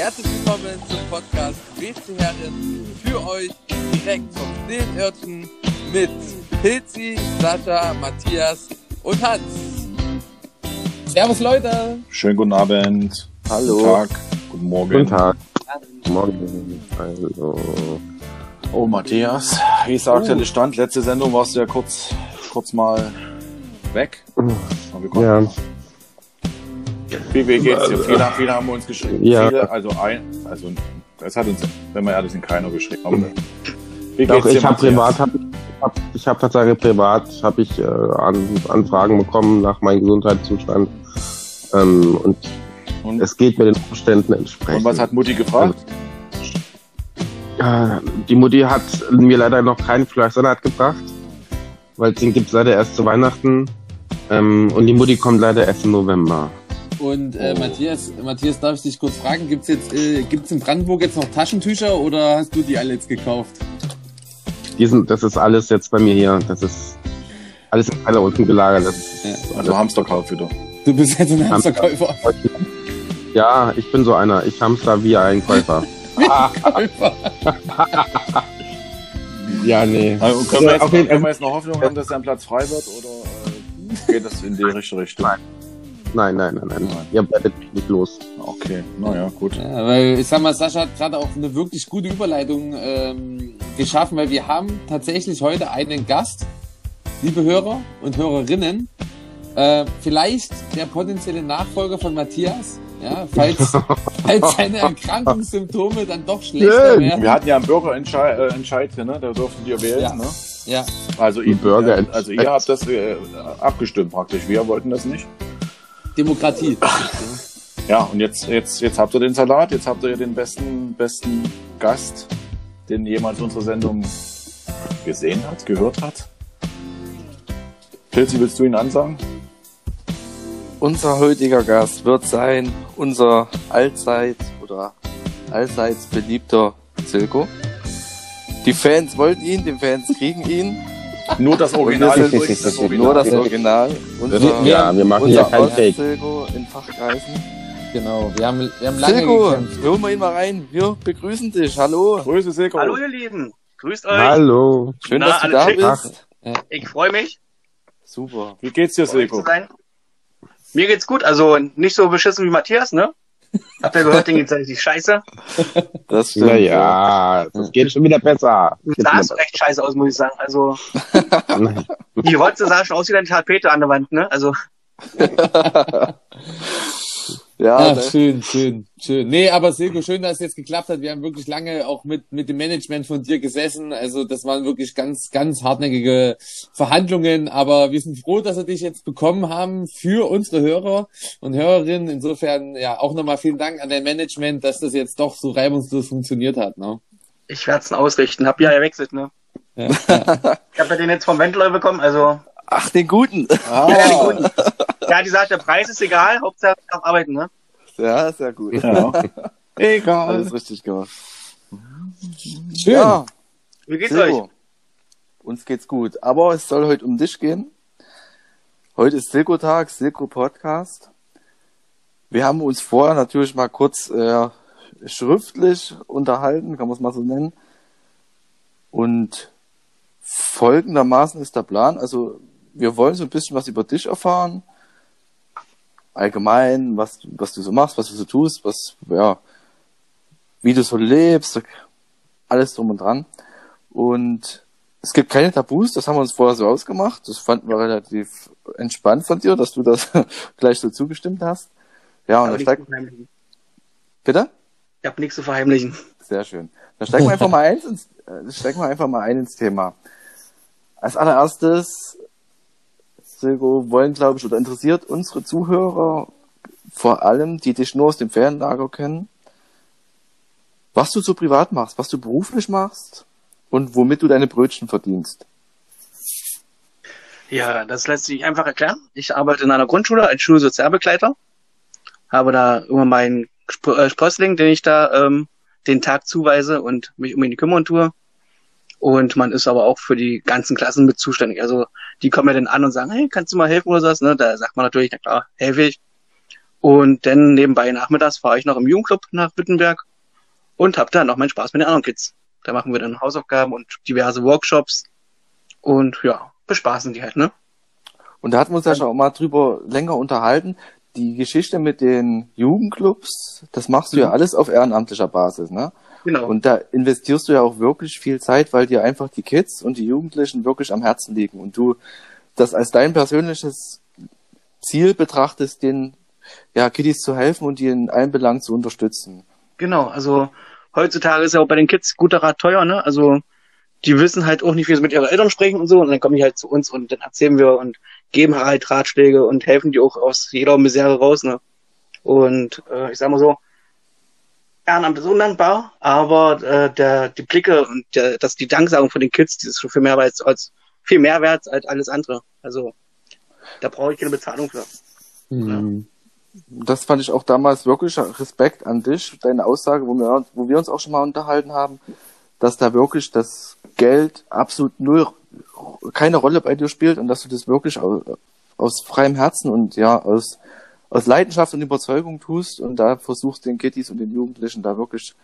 Herzlich willkommen zum Podcast BC Herren für euch direkt vom Seelenörtchen mit Pilzi, Sascha, Matthias und Hans. Servus Leute! Schönen guten Abend. Hallo. Guten Tag. Guten Morgen. Guten Tag. Guten Morgen. Hallo. Oh Matthias, wie ist der aktuelle Stand? Letzte Sendung warst du ja kurz mal weg. Aber wir kommen Ja. noch. Wie geht's dir? Viele haben uns geschrieben. Ja. Viele, also es hat uns, wenn wir ehrlich sind, keiner geschrieben. Aber wie Doch, geht's dir, ich habe Matthias? tatsächlich privat Anfragen bekommen nach meinem Gesundheitszustand. Und es geht mir den Umständen entsprechend. Und was hat Mutti gefragt? Die Mutti hat mir leider noch keinen Fleischsalat gebracht, weil den gibt's leider erst zu Weihnachten. Und die Mutti kommt leider erst im November. Und Matthias, darf ich dich kurz fragen, gibt's in Brandenburg jetzt noch Taschentücher oder hast du die alle jetzt gekauft? Das ist alles jetzt bei mir hier. Das ist alles im Keller unten gelagert. Das ist Also Hamsterkauf wieder. Du bist jetzt ein Hamsterkäufer. Ja, ich bin so einer. Ich hamster wie ein Käufer. Käufer. Ja, nee. Also, können wir jetzt noch Hoffnung haben, dass dein Platz frei wird oder geht das in die richtige Richtung? Nein. Ihr bleibt nicht los. Okay, naja, gut. Ja, weil ich sag mal, Sascha hat gerade auch eine wirklich gute Überleitung geschaffen, weil wir haben tatsächlich heute einen Gast, liebe Hörer und Hörerinnen, vielleicht der potenzielle Nachfolger von Matthias, ja, falls seine Erkrankungssymptome dann doch schlechter werden. Wir hatten ja einen Bürgerentscheid hier, ne? Da durften wir wählen, Ja. ne? Ja, Also Ihr habt das abgestimmt praktisch. Wir wollten das nicht. Demokratie. Ja, und jetzt habt ihr den Salat, jetzt habt ihr den besten Gast, den jemals unsere Sendung gesehen hat, gehört hat. Pilzi, willst du ihn ansagen? Unser heutiger Gast wird sein unser allseits beliebter Silko. Die Fans wollten ihn, die Fans kriegen ihn. Nur das Original. Und wir sind nur das Original. Wir machen hier kein Fake. Silko in Fachkreisen. Genau, wir haben lange Silko, gekämpft. holen wir ihn mal rein. Wir begrüßen dich. Hallo. Grüße, Silko. Hallo ihr Lieben, grüßt euch. Hallo. Schön, Na, dass du alles da schick? bist. Ich freue mich, Super. Wie geht's dir, bei euch Silko? zu sein. Mir geht's gut, also nicht so beschissen wie Matthias, ne? Habt ihr gehört, den geht's richtig scheiße. Das stimmt. Naja, das geht schon wieder besser. Sah es recht scheiße aus, muss ich sagen. Also, die Rotze sah schon aus wie eine Tapete an der Wand, ne? Also, Ja, ne? schön. Nee, aber Silko, schön, dass es jetzt geklappt hat. Wir haben wirklich lange auch mit dem Management von dir gesessen. Also das waren wirklich ganz, ganz hartnäckige Verhandlungen. Aber wir sind froh, dass wir dich jetzt bekommen haben für unsere Hörer und Hörerinnen. Insofern, ja, auch nochmal vielen Dank an dein Management, dass das jetzt doch so reibungslos funktioniert hat. Ne? ich werde es ausrichten. Hab ja gewechselt, ne? Ja. Ich habe ja den jetzt vom Wendler bekommen, also. Ach, den Guten. Ja, die sagt, der Preis ist egal, Hauptsache ich darf arbeiten, ne? Ja, sehr gut. Ja. Egal. Alles richtig gemacht. Schön. Ja, Wie geht's Silko. euch? Uns geht's gut. Aber es soll heute um dich gehen. Heute ist Silko-Tag, Silko-Podcast. Wir haben uns vorher natürlich mal kurz schriftlich unterhalten, kann man es mal so nennen. Und folgendermaßen ist der Plan. Also wir wollen so ein bisschen was über dich erfahren. Allgemein, was du so machst, was du so tust, wie du so lebst, alles drum und dran. Und es gibt keine Tabus, das haben wir uns vorher so ausgemacht. Das fanden wir relativ entspannt von dir, dass du das gleich so zugestimmt hast. Ja, und Aber dann nichts zu verheimlichen. bitte? Ich hab nichts zu verheimlichen. Sehr schön. Dann steigen wir einfach mal ein ins Thema. Als allererstes, Silko, wollen, glaube ich, oder interessiert unsere Zuhörer, vor allem, die dich nur aus dem Ferienlager kennen, was du so privat machst, was du beruflich machst und womit du deine Brötchen verdienst. Ja, das lässt sich einfach erklären. Ich arbeite in einer Grundschule als Schulsozialbegleiter. Habe da immer meinen Sprössling, den ich da den Tag zuweise und mich um ihn kümmern tue. Und man ist aber auch für die ganzen Klassen mit zuständig. Also die kommen ja dann an und sagen, hey, kannst du mal helfen oder sowas? Ne? Da sagt man natürlich, na klar, helfe ich. Und dann nebenbei nachmittags fahre ich noch im Jugendclub nach Wittenberg und habe da noch meinen Spaß mit den anderen Kids. Da machen wir dann Hausaufgaben und diverse Workshops und ja, bespaßen die halt, ne? Und da hatten wir uns ja schon auch mal drüber länger unterhalten. Die Geschichte mit den Jugendclubs, das machst du ja alles auf ehrenamtlicher Basis, ne? Genau. Und da investierst du ja auch wirklich viel Zeit, weil dir einfach die Kids und die Jugendlichen wirklich am Herzen liegen und du das als dein persönliches Ziel betrachtest, den Kiddies zu helfen und die in allen Belangen zu unterstützen. Genau, also heutzutage ist ja auch bei den Kids guter Rat teuer, ne? Also die wissen halt auch nicht, wie sie mit ihren Eltern sprechen und so, und dann kommen die halt zu uns und dann erzählen wir und geben halt Ratschläge und helfen die auch aus jeder Misere raus, ne? Und ich sag mal so, Ehrenamt ist undankbar, aber die Blicke und die Danksagung von den Kids, die ist schon viel mehr wert als alles andere. Also da brauche ich keine Bezahlung für. Mhm. Das fand ich auch damals wirklich Respekt an dich, deine Aussage, wo wir uns auch schon mal unterhalten haben, dass da wirklich das Geld absolut keine Rolle bei dir spielt und dass du das wirklich aus freiem Herzen und aus Leidenschaft und Überzeugung tust und da versuchst den Kiddies und den Jugendlichen da wirklich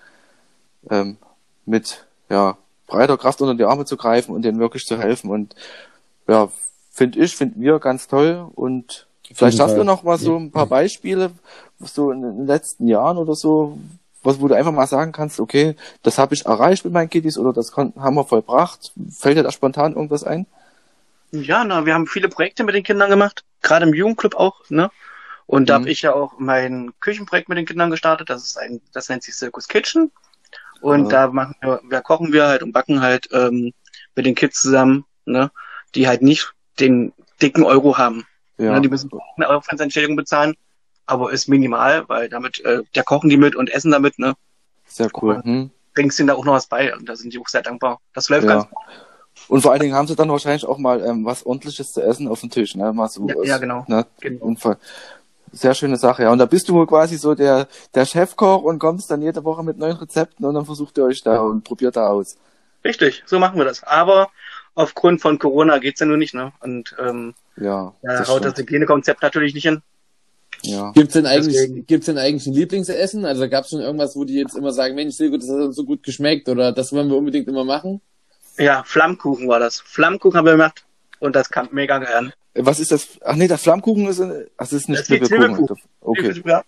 mit breiter Kraft unter die Arme zu greifen und denen wirklich zu helfen und finden wir ganz toll und vielleicht hast du noch mal so ein paar Beispiele, so in den letzten Jahren oder so, wo du einfach mal sagen kannst, okay, das habe ich erreicht mit meinen Kiddies oder das haben wir vollbracht. Fällt dir da spontan irgendwas ein? Ja, wir haben viele Projekte mit den Kindern gemacht, gerade im Jugendclub auch, ne? Und da habe ich ja auch mein Küchenprojekt mit den Kindern gestartet. Das nennt sich Circus Kitchen. Und da kochen wir halt und backen halt mit den Kids zusammen, ne? Die halt nicht den dicken Euro haben. Ja. Ne? Die müssen eine Aufwandsentschädigung bezahlen, aber ist minimal, weil damit da kochen die mit und essen damit, ne? Sehr cool. Bringst denen da auch noch was bei und da sind die auch sehr dankbar. Das läuft ganz gut. Und vor allen Dingen haben sie dann wahrscheinlich auch mal was Ordentliches zu essen auf dem Tisch, ne? Mal so genau. Ne? Genau. Sehr schöne Sache, ja. Und da bist du quasi so der Chefkoch und kommst dann jede Woche mit neuen Rezepten und dann versucht ihr euch da und probiert da aus. Richtig, so machen wir das. Aber aufgrund von Corona geht's ja nur nicht, ne? Und da haut das Hygienekonzept natürlich nicht hin. Ja. Gibt's denn eigentlich ein Lieblingsessen? Also gab's schon irgendwas, wo die jetzt immer sagen, Mensch, Silke, das hat uns so gut geschmeckt oder das wollen wir unbedingt immer machen? Ja, Flammkuchen war das. Flammkuchen haben wir gemacht und das kam mega geil an. Was ist das? Ach nee, der Flammkuchen ist nicht Zwiebelkuchen. Okay. Ja.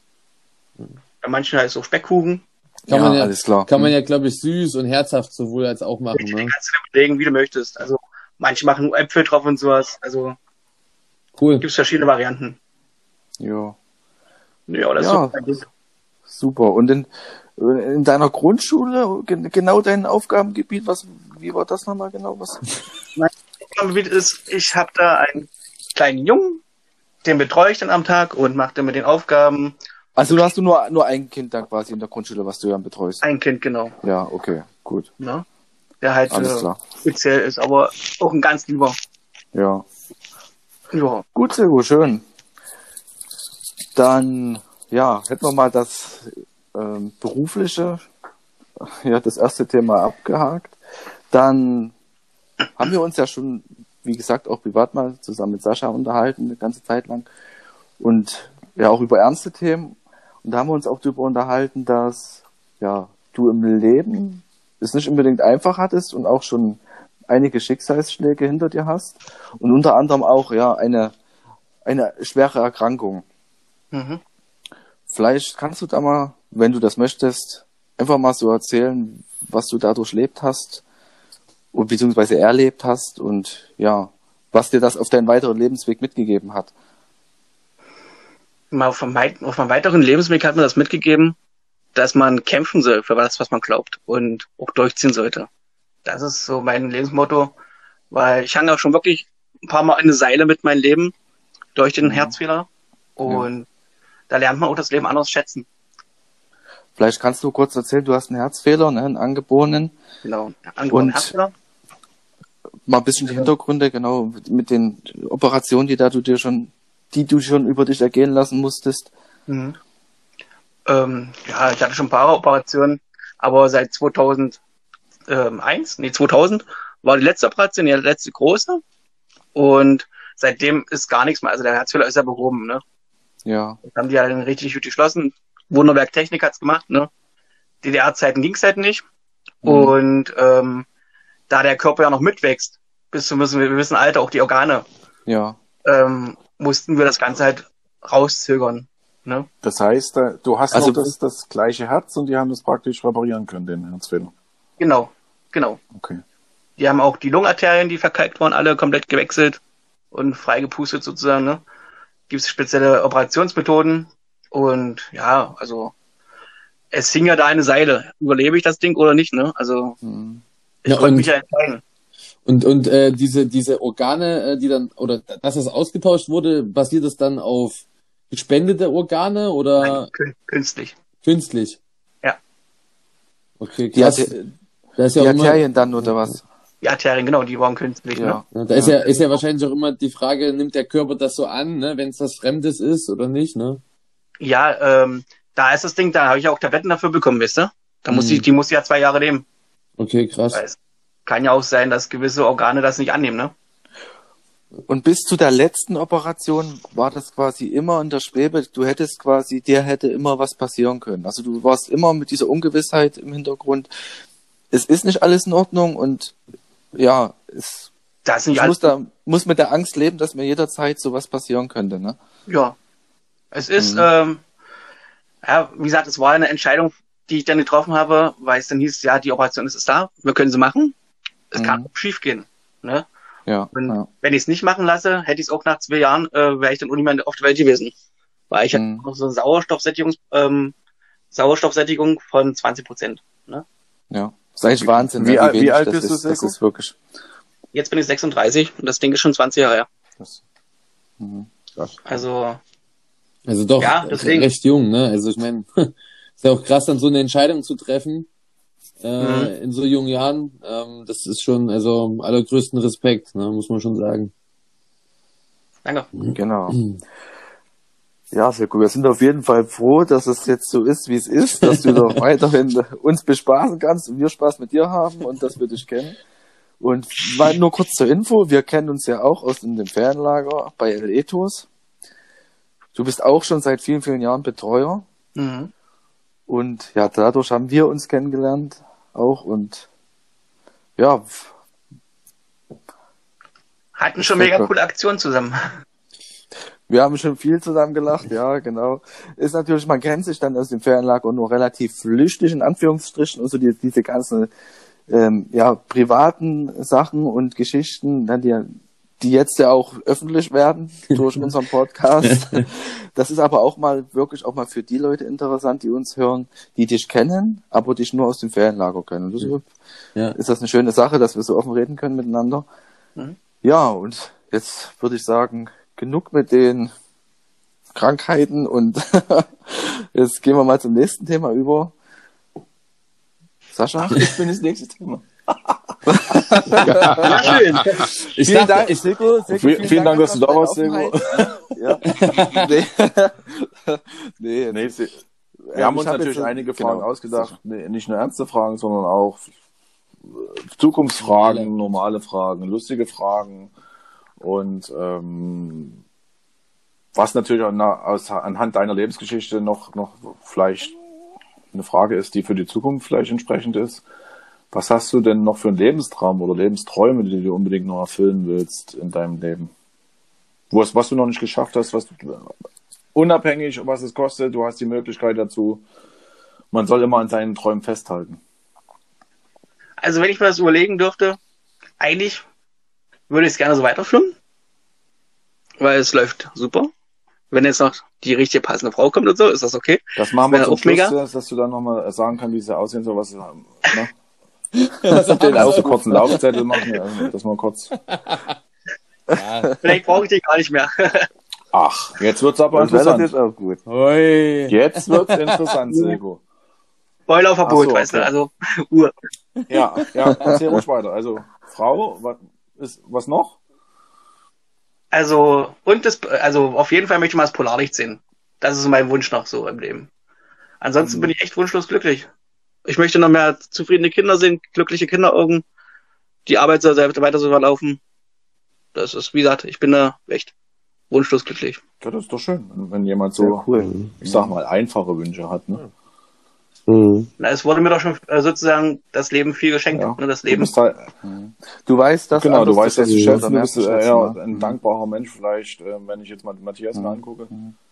Bei manchen heißt es auch Speckkuchen. Alles klar. Kann man ja, glaube ich, süß und herzhaft sowohl als auch machen. Ne? Kannst du dir überlegen, wie du möchtest. Also manche machen nur Äpfel drauf und sowas. Also cool. Gibt's verschiedene Varianten. Ja. Ja, das ist super. Und in deiner Grundschule, genau dein Aufgabengebiet, wie war das nochmal genau? Mein Aufgabengebiet ist, ich habe da einen kleinen Jungen, den betreue ich dann am Tag und mache dann mit den Aufgaben. Also du hast nur ein Kind dann quasi in der Grundschule, was du dann betreust? Ein Kind, genau. Ja, okay, gut. Ja, der halt speziell ist, aber auch ein ganz lieber. Ja. Gut, sehr gut, schön. Dann, hätten wir mal das berufliche, das erste Thema abgehakt. Dann haben wir uns ja schon, wie gesagt, auch privat mal zusammen mit Sascha unterhalten, eine ganze Zeit lang. Und auch über ernste Themen. Und da haben wir uns auch darüber unterhalten, dass du im Leben es nicht unbedingt einfach hattest und auch schon einige Schicksalsschläge hinter dir hast. Und unter anderem auch eine schwere Erkrankung. Mhm. Vielleicht kannst du da mal, wenn du das möchtest, einfach mal so erzählen, was du da durchlebt hast und beziehungsweise erlebt hast und was dir das auf deinen weiteren Lebensweg mitgegeben hat. Auf meinem weiteren Lebensweg hat mir das mitgegeben, dass man kämpfen soll für das, was man glaubt und auch durchziehen sollte. Das ist so mein Lebensmotto, weil ich hange auch schon wirklich ein paar Mal eine Seile mit meinem Leben durch den Herzfehler und da lernt man auch das Leben anders schätzen. Vielleicht kannst du kurz erzählen, du hast einen Herzfehler, einen angeborenen. Genau, angeborenen Herzfehler. Mal ein bisschen die Hintergründe, genau, mit den Operationen, die du schon über dich ergehen lassen musstest. Mhm. Ich hatte schon ein paar Operationen, aber seit 2000 war die letzte Operation, die letzte große. Und seitdem ist gar nichts mehr. Also der Herzfehler ist ja behoben, ne? Ja. Das haben die ja dann richtig gut geschlossen. Wunderwerk Technik hat's gemacht, ne? DDR-Zeiten ging's halt nicht. Und da der Körper ja noch mitwächst, bis zum gewissen Alter, auch die Organe, Ja. mussten wir das Ganze halt rauszögern. Ne? Das heißt, du hast Also- noch das gleiche Herz und die haben das praktisch reparieren können, den Herzfehler. Genau. Okay. Die haben auch die Lungenarterien, die verkalkt waren, alle komplett gewechselt und freigepustet sozusagen. Ne? Gibt es spezielle Operationsmethoden und ja, also es hing ja da eine Seile. Überlebe ich das Ding oder nicht? Ne? Also ich Ja, konnte und- mich ja entscheiden. Und diese Organe, die dann, oder dass das ausgetauscht wurde, basiert das dann auf gespendete Organe oder Künstlich. künstlich? Ja. Okay, Die, krass. Da ist ja die auch immer, Arterien dann, oder was? Die Arterien, genau, die waren künstlich. Ja. Ne? ja, da ist ja wahrscheinlich auch immer die Frage, nimmt der Körper das so an, ne, wenn es was Fremdes ist oder nicht, ne? Ja, da ist das Ding, da habe ich auch Tabletten dafür bekommen, wisst ihr? Da muss die muss ja 2 Jahre leben. Okay, krass. Weil es kann ja auch sein, dass gewisse Organe das nicht annehmen, ne? Und bis zu der letzten Operation war das quasi immer in der Schwebe. Du hättest quasi, dir hätte immer was passieren können. Also du warst immer mit dieser Ungewissheit im Hintergrund. Es ist nicht alles in Ordnung und ja, Das ist nicht ich alles. muss mit der Angst leben, dass mir jederzeit sowas passieren könnte, ne? Ja. Es ist, ja, wie gesagt, es war eine Entscheidung, die ich dann getroffen habe, weil es dann hieß, ja, die Operation ist da, wir können sie machen. Es kann auch schief gehen, ne? Ja. Und Ja. wenn ich es nicht machen lasse, hätte ich es auch nach 2 Jahren, wäre ich dann auch nicht mehr auf der Welt gewesen. Weil ich hatte noch so eine Sauerstoffsättigung von 20%. Ne? Ja. Das ist eigentlich Wahnsinn, Wie ne, alt- wie wenig alt das bist du, ist. Das Seko? ist wirklich. Jetzt bin ich 36 und das Ding ist schon 20 Jahre her. Das, Also, Also doch Ja, deswegen. recht jung, ne? Also ich meine, ist ja auch krass, dann so eine Entscheidung zu treffen in so jungen Jahren. Das ist schon, also allergrößten Respekt, ne? Muss man schon sagen. danke. Genau. Ja, sehr gut. Wir sind auf jeden Fall froh, dass es jetzt so ist, wie es ist, dass du doch weiterhin uns bespaßen kannst und wir Spaß mit dir haben und dass wir dich kennen. Und mal nur kurz zur Info, wir kennen uns ja auch aus dem Ferienlager bei El Ethos. Du bist auch schon seit vielen, vielen Jahren Betreuer Mhm. und ja, dadurch haben wir uns kennengelernt auch und ja, Hatten schon mega coole Aktionen zusammen. wir haben schon viel zusammen gelacht, ja, genau. Ist natürlich, man kennt sich dann aus dem Ferienlager nur relativ flüchtig, in Anführungsstrichen, also diese ganzen, privaten Sachen und Geschichten, dann die jetzt ja auch öffentlich werden durch unseren Podcast. Das ist aber auch mal, wirklich auch mal für die Leute interessant, die uns hören, die dich kennen, aber dich nur aus dem Ferienlager kennen. Deshalb Ja. ist das eine schöne Sache, dass wir so offen reden können miteinander. Mhm. Ja, und jetzt würde ich sagen, genug mit den Krankheiten und jetzt gehen wir mal zum nächsten Thema über. Sascha? ich bin das nächste Thema. Ja, schön. Ich Vielen dachte, Dank, Silko. Vielen Dank, dass du da warst, Silko. Silko. Ja. Nee. Nee, wir haben ich uns hab natürlich jetzt- einige genau, Fragen ausgedacht. Nee, nicht nur ernste Fragen, sondern auch Zukunftsfragen, normale Fragen, lustige Fragen. Und was natürlich anhand deiner Lebensgeschichte noch vielleicht eine Frage ist, die für die Zukunft vielleicht entsprechend ist. Was hast du denn noch für einen Lebenstraum oder Lebensträume, die du unbedingt noch erfüllen willst in deinem Leben? Was du noch nicht geschafft hast, unabhängig, was es kostet, du hast die Möglichkeit dazu. Man soll immer an seinen Träumen festhalten. Also wenn ich mir das überlegen dürfte, eigentlich würde ich es gerne so weiterführen, weil es läuft super. Wenn jetzt noch die richtige passende Frau kommt und so, ist das okay. Das machen wir Wäre zum auch mega. Schluss, dass du dann nochmal sagen kannst, wie sie aussehen soll, was sie haben. Ne? was haben Den wir auch so so? kurzen Laufzettel machen, ja, dass man kurz. Vielleicht brauche ich den gar nicht mehr. Ach, jetzt wird's aber Das wäre interessant. natürlich auch gut. Oi. Jetzt wird's interessant, Silko. Spoilerverbot, Ach so, weißt du, okay. also Ruhe. Ja, erzähl ruhig weiter. Also, Frau, was noch? Also, auf jeden Fall möchte ich mal das Polarlicht sehen. Das ist so mein Wunsch noch so im Leben. Ansonsten bin ich echt wunschlos glücklich. Ich möchte noch mehr zufriedene Kinder sehen, glückliche Kinderaugen. Die Arbeit soll weiter so verlaufen. Das ist, wie gesagt, ich bin da echt wunschlos glücklich. Ja, das ist doch schön, wenn jemand so, Sehr cool. ich sag mal, einfache Wünsche hat. Ne? Mhm. Na, es wurde mir doch schon sozusagen das Leben viel geschenkt. Ja. Ne, das Du Leben. bist halt, Du weißt das. genau, du anders weißt das zu oder schätzen, du merkst bist zu schätzen, eher ne? ein dankbarer Mensch vielleicht, wenn ich jetzt mal Matthias mal angucke.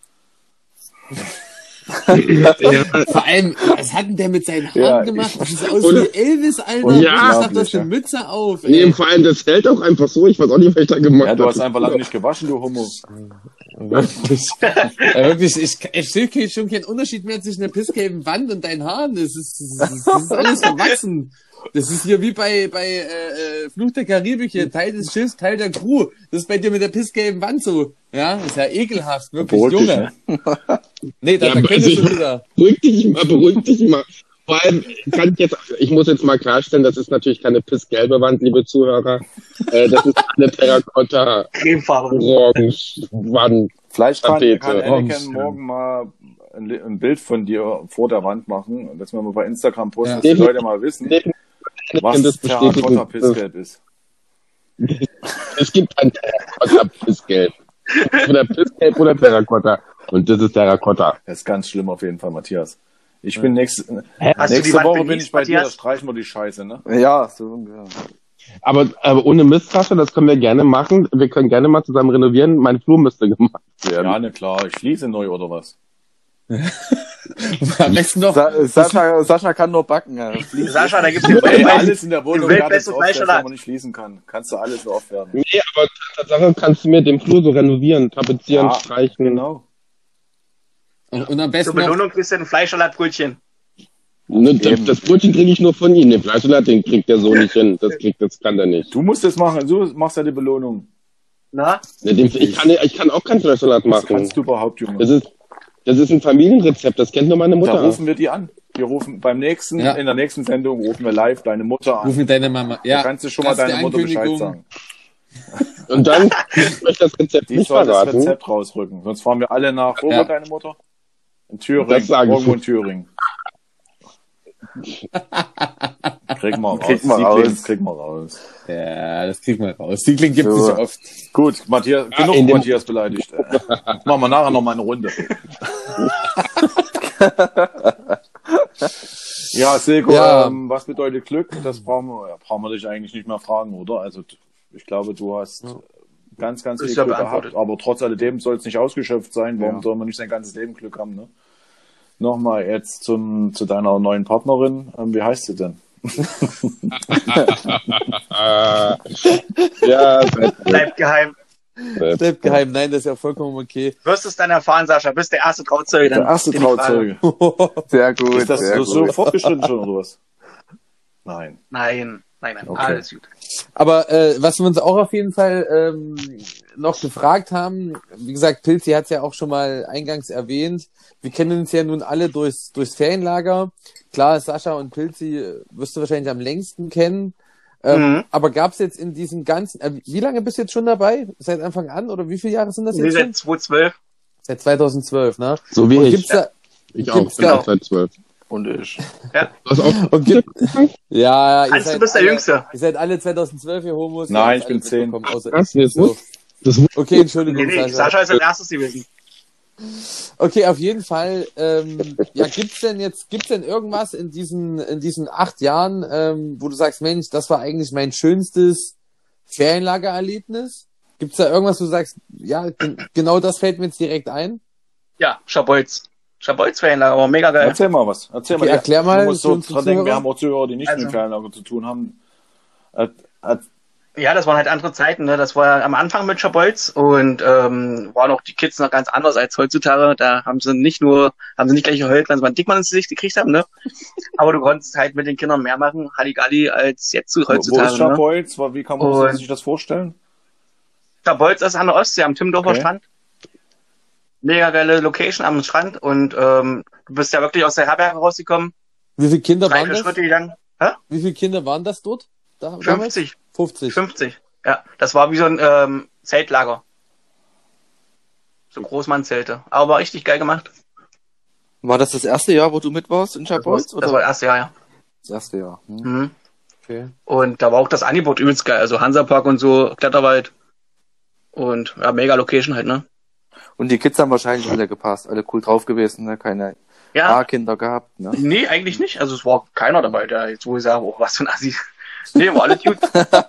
Ja, Vor allem, was hat denn der mit seinen Haaren Ja, gemacht? Das sieht aus Und- wie Elvis, Alter. und- Ich ja. dachte, du hast Ja. eine Mütze auf. nee, Ey. vor allem, das hält auch einfach so. Ich weiß auch nicht, was ich da gemacht Ja, habe. du hast einfach lange nicht gewaschen, du Homo. Wirklich. Ja, wirklich, ich sehe schon keinen Unterschied mehr zwischen der pissgelben Wand und deinen Haaren. Das ist alles verwachsen. Das ist hier wie bei Fluch der Karibik hier. Teil des Schiffs, Teil der Crew. Das ist bei dir mit der pissgelben Wand so. Ja, ist ja ekelhaft. Wirklich, Beruhig dich, Junge. Nee, da Ja, könntest also du wieder. Beruhig dich mal. Vor allem ich muss jetzt mal klarstellen, das ist natürlich keine pissgelbe Wand, liebe Zuhörer. Das ist eine Terrakotta-Orange-Wand. Vielleicht kann Tapete. Anakin morgen mal ein Bild von dir vor der Wand machen, dass wir mal bei Instagram posten, Ja. dass die Leute mal wissen, was das bestätigt. Terrakotta-Pissgelb ist. Es gibt ein Terrakotta-Pissgelb. Oder Pissgelb oder Terrakotta. Und das ist Terrakotta. Das ist ganz schlimm auf jeden Fall, Matthias. Ich bin Hast du die nächste Wand Woche bin benießt, ich bei dir, da Matthias? streichen wir die Scheiße, ne? Ja, so ungefähr. Aber ohne Mist, Sascha, das können wir gerne machen. Wir können gerne mal zusammen renovieren. Mein Flur müsste gemacht werden. Ja, ne, klar. Ich schließe neu oder was? Am besten noch. Sascha kann nur backen. Ja. Sascha, da gibt's den Ey, weltweit. alles in der Wohnung Welt hat beste jetzt oft, dass Fleischsalat. man nicht schließen kann. Kannst du alles so oft werden. Nee, aber Tatsache kannst du mir den Flur so renovieren, tapezieren, Ja, streichen. Genau. Und am Zur besten noch. Belohnung kriegst du ein Fleischsalatbrötchen. Ne, das Brötchen kriege ich nur von ihm. Den Fleischsalat, den kriegt der so nicht hin. Das kann der nicht. Du musst es machen. Du machst ja die Belohnung. Na? Ne, ich kann auch keinen Fleischsalat Was machen. kannst du überhaupt, Junge? Das ist ein Familienrezept, das kennt nur meine Da Mutter. rufen wir die an. Wir rufen in der nächsten Sendung rufen wir live deine Mutter an. Ruf mit deiner Mama. Ja, Da kannst du schon mal das ist deiner die Mutter Bescheid Ankündigung. sagen. Und dann ich möchte das Rezept Die nicht soll das verraten. Rezept rausrücken. Sonst fahren wir alle nach. Wo Ja. war deine Mutter? In Thüringen. Das sage ich. Irgendwo in Thüringen. Krieg mal raus. Krieg mal raus. Krieg mal raus. Ja, das kriegt man raus. Siegling gibt es So. ja oft. Gut, Matthias, genug in dem- Matthias beleidigt. Machen wir nachher noch mal eine Runde. Ja, Silko, Ja. was bedeutet Glück? Das brauchen wir dich eigentlich nicht mehr fragen, oder? Also ich glaube, du hast ganz Ist viel ja Glück beantwortet. gehabt, aber trotz alledem soll es nicht ausgeschöpft sein. Warum Ja. soll man nicht sein ganzes Leben Glück haben, ne? Nochmal jetzt zu deiner neuen Partnerin. Wie heißt sie denn? Ja, Bleibt geheim. Bleibt geheim. Nein, das ist ja vollkommen okay. Wirst es dann erfahren, Sascha. Bist der erste Trauzeuge. Der erste den ich frage. Trauzeuge. Sehr gut. Ist das sehr so gut. fortgeschritten schon, oder was? Nein. Nein. Okay. Alles gut. Aber was wir uns auch auf jeden Fall noch gefragt haben, wie gesagt, Pilzi hat es ja auch schon mal eingangs erwähnt, wir kennen uns ja nun alle durchs Ferienlager. Klar, Sascha und Pilzi wirst du wahrscheinlich am längsten kennen. Aber gab es jetzt in diesem ganzen, wie lange bist du jetzt schon dabei? Seit Anfang an? Oder wie viele Jahre sind das Wir jetzt sind schon? 2012. Seit 2012, ne? so wie Und ich. gibt's da, Ich auch, gibt's bin da- auch seit 12. Und ich. Du hast auch und gibt, ja, Hans, du bist der Jüngste. Ihr seid alle 2012 hier Homos. Nein, Ihr habt ich bin alle 10. mitbekommen, außer krass, ich. jetzt So. das Okay, Entschuldigung, Nee, Sascha ist als erstes gewesen. Okay, auf jeden Fall. Ja, gibt's denn irgendwas in diesen 8 Jahren, wo du sagst, Mensch, das war eigentlich mein schönstes Ferienlagererlebnis? Gibt's da irgendwas, wo du sagst, ja, genau das fällt mir jetzt direkt ein? Ja, Schabolz. Schabolz-Ferienlager, aber mega geil. Erzähl mal was. Erzähl Okay, mal. erklär mal Du musst für so unsere dran denken, wir Zuhörer. haben auch Zuhörer, die nichts Also- mit Ferienlager zu tun haben. Ja, das waren halt andere Zeiten, ne? Das war am Anfang mit Schabolz und waren auch die Kids noch ganz anders als heutzutage. Da haben sie nicht gleich geheult, wenn sie mal einen Dickmann ins Gesicht gekriegt haben, ne? Aber du konntest halt mit den Kindern mehr machen, Halligalli, als jetzt Wo heutzutage. ist Ne? Schabolz? Wie kann man Und- sich das vorstellen? Schabolz ist an der Ostsee, am Timmendorfer Okay. Strand. Mega geile Location am Strand und du bist ja wirklich aus der Herberge rausgekommen. Wie viele Kinder 3, waren 4 das? Schritte gegangen. Wie viele Kinder waren das dort? Damals? 50. 50. 50. Ja, das war wie so ein Zeltlager. So Großmannzelte. Aber war richtig geil gemacht. War das erste Jahr, wo du mit warst in Schabolz? Das war das erste Jahr, ja. das erste Jahr. Hm. Mhm. Okay. Und da war auch das Angebot übelst geil. Also Hansapark und so, Kletterwald. Und ja, mega Location halt, ne? Und die Kids haben wahrscheinlich alle gepasst, alle cool drauf gewesen, ne? Keine Ja, A-Kinder gehabt, ne? nee, eigentlich nicht. Also es war keiner dabei, der jetzt wo ich sage, oh, was für ein Assi. Nee, war alles gut.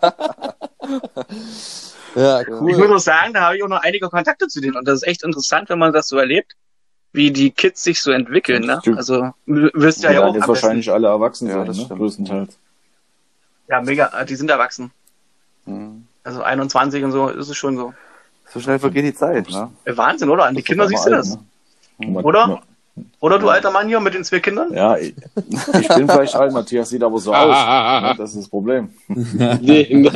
Ja, Ich muss auch sagen, da habe ich auch noch einige Kontakte zu denen. Und das ist echt interessant, wenn man das so erlebt, wie die Kids sich so entwickeln, ne? Stimmt. Also, wirst ja Die ja werden auch jetzt am besten. wahrscheinlich alle erwachsen Ja, sein, das ne? stimmt. Größtenteils. Ja, mega, die sind erwachsen. Mhm. Also 21 und so, ist es schon so. So schnell vergeht die Zeit, ne? Wahnsinn, oder? An die Kinder siehst du das. Ne? Oder? Oder du alter Mann hier mit den 2 Kindern? Ja, ich bin vielleicht alt, Matthias sieht aber so aus. Ne? Das ist das Problem. Nee.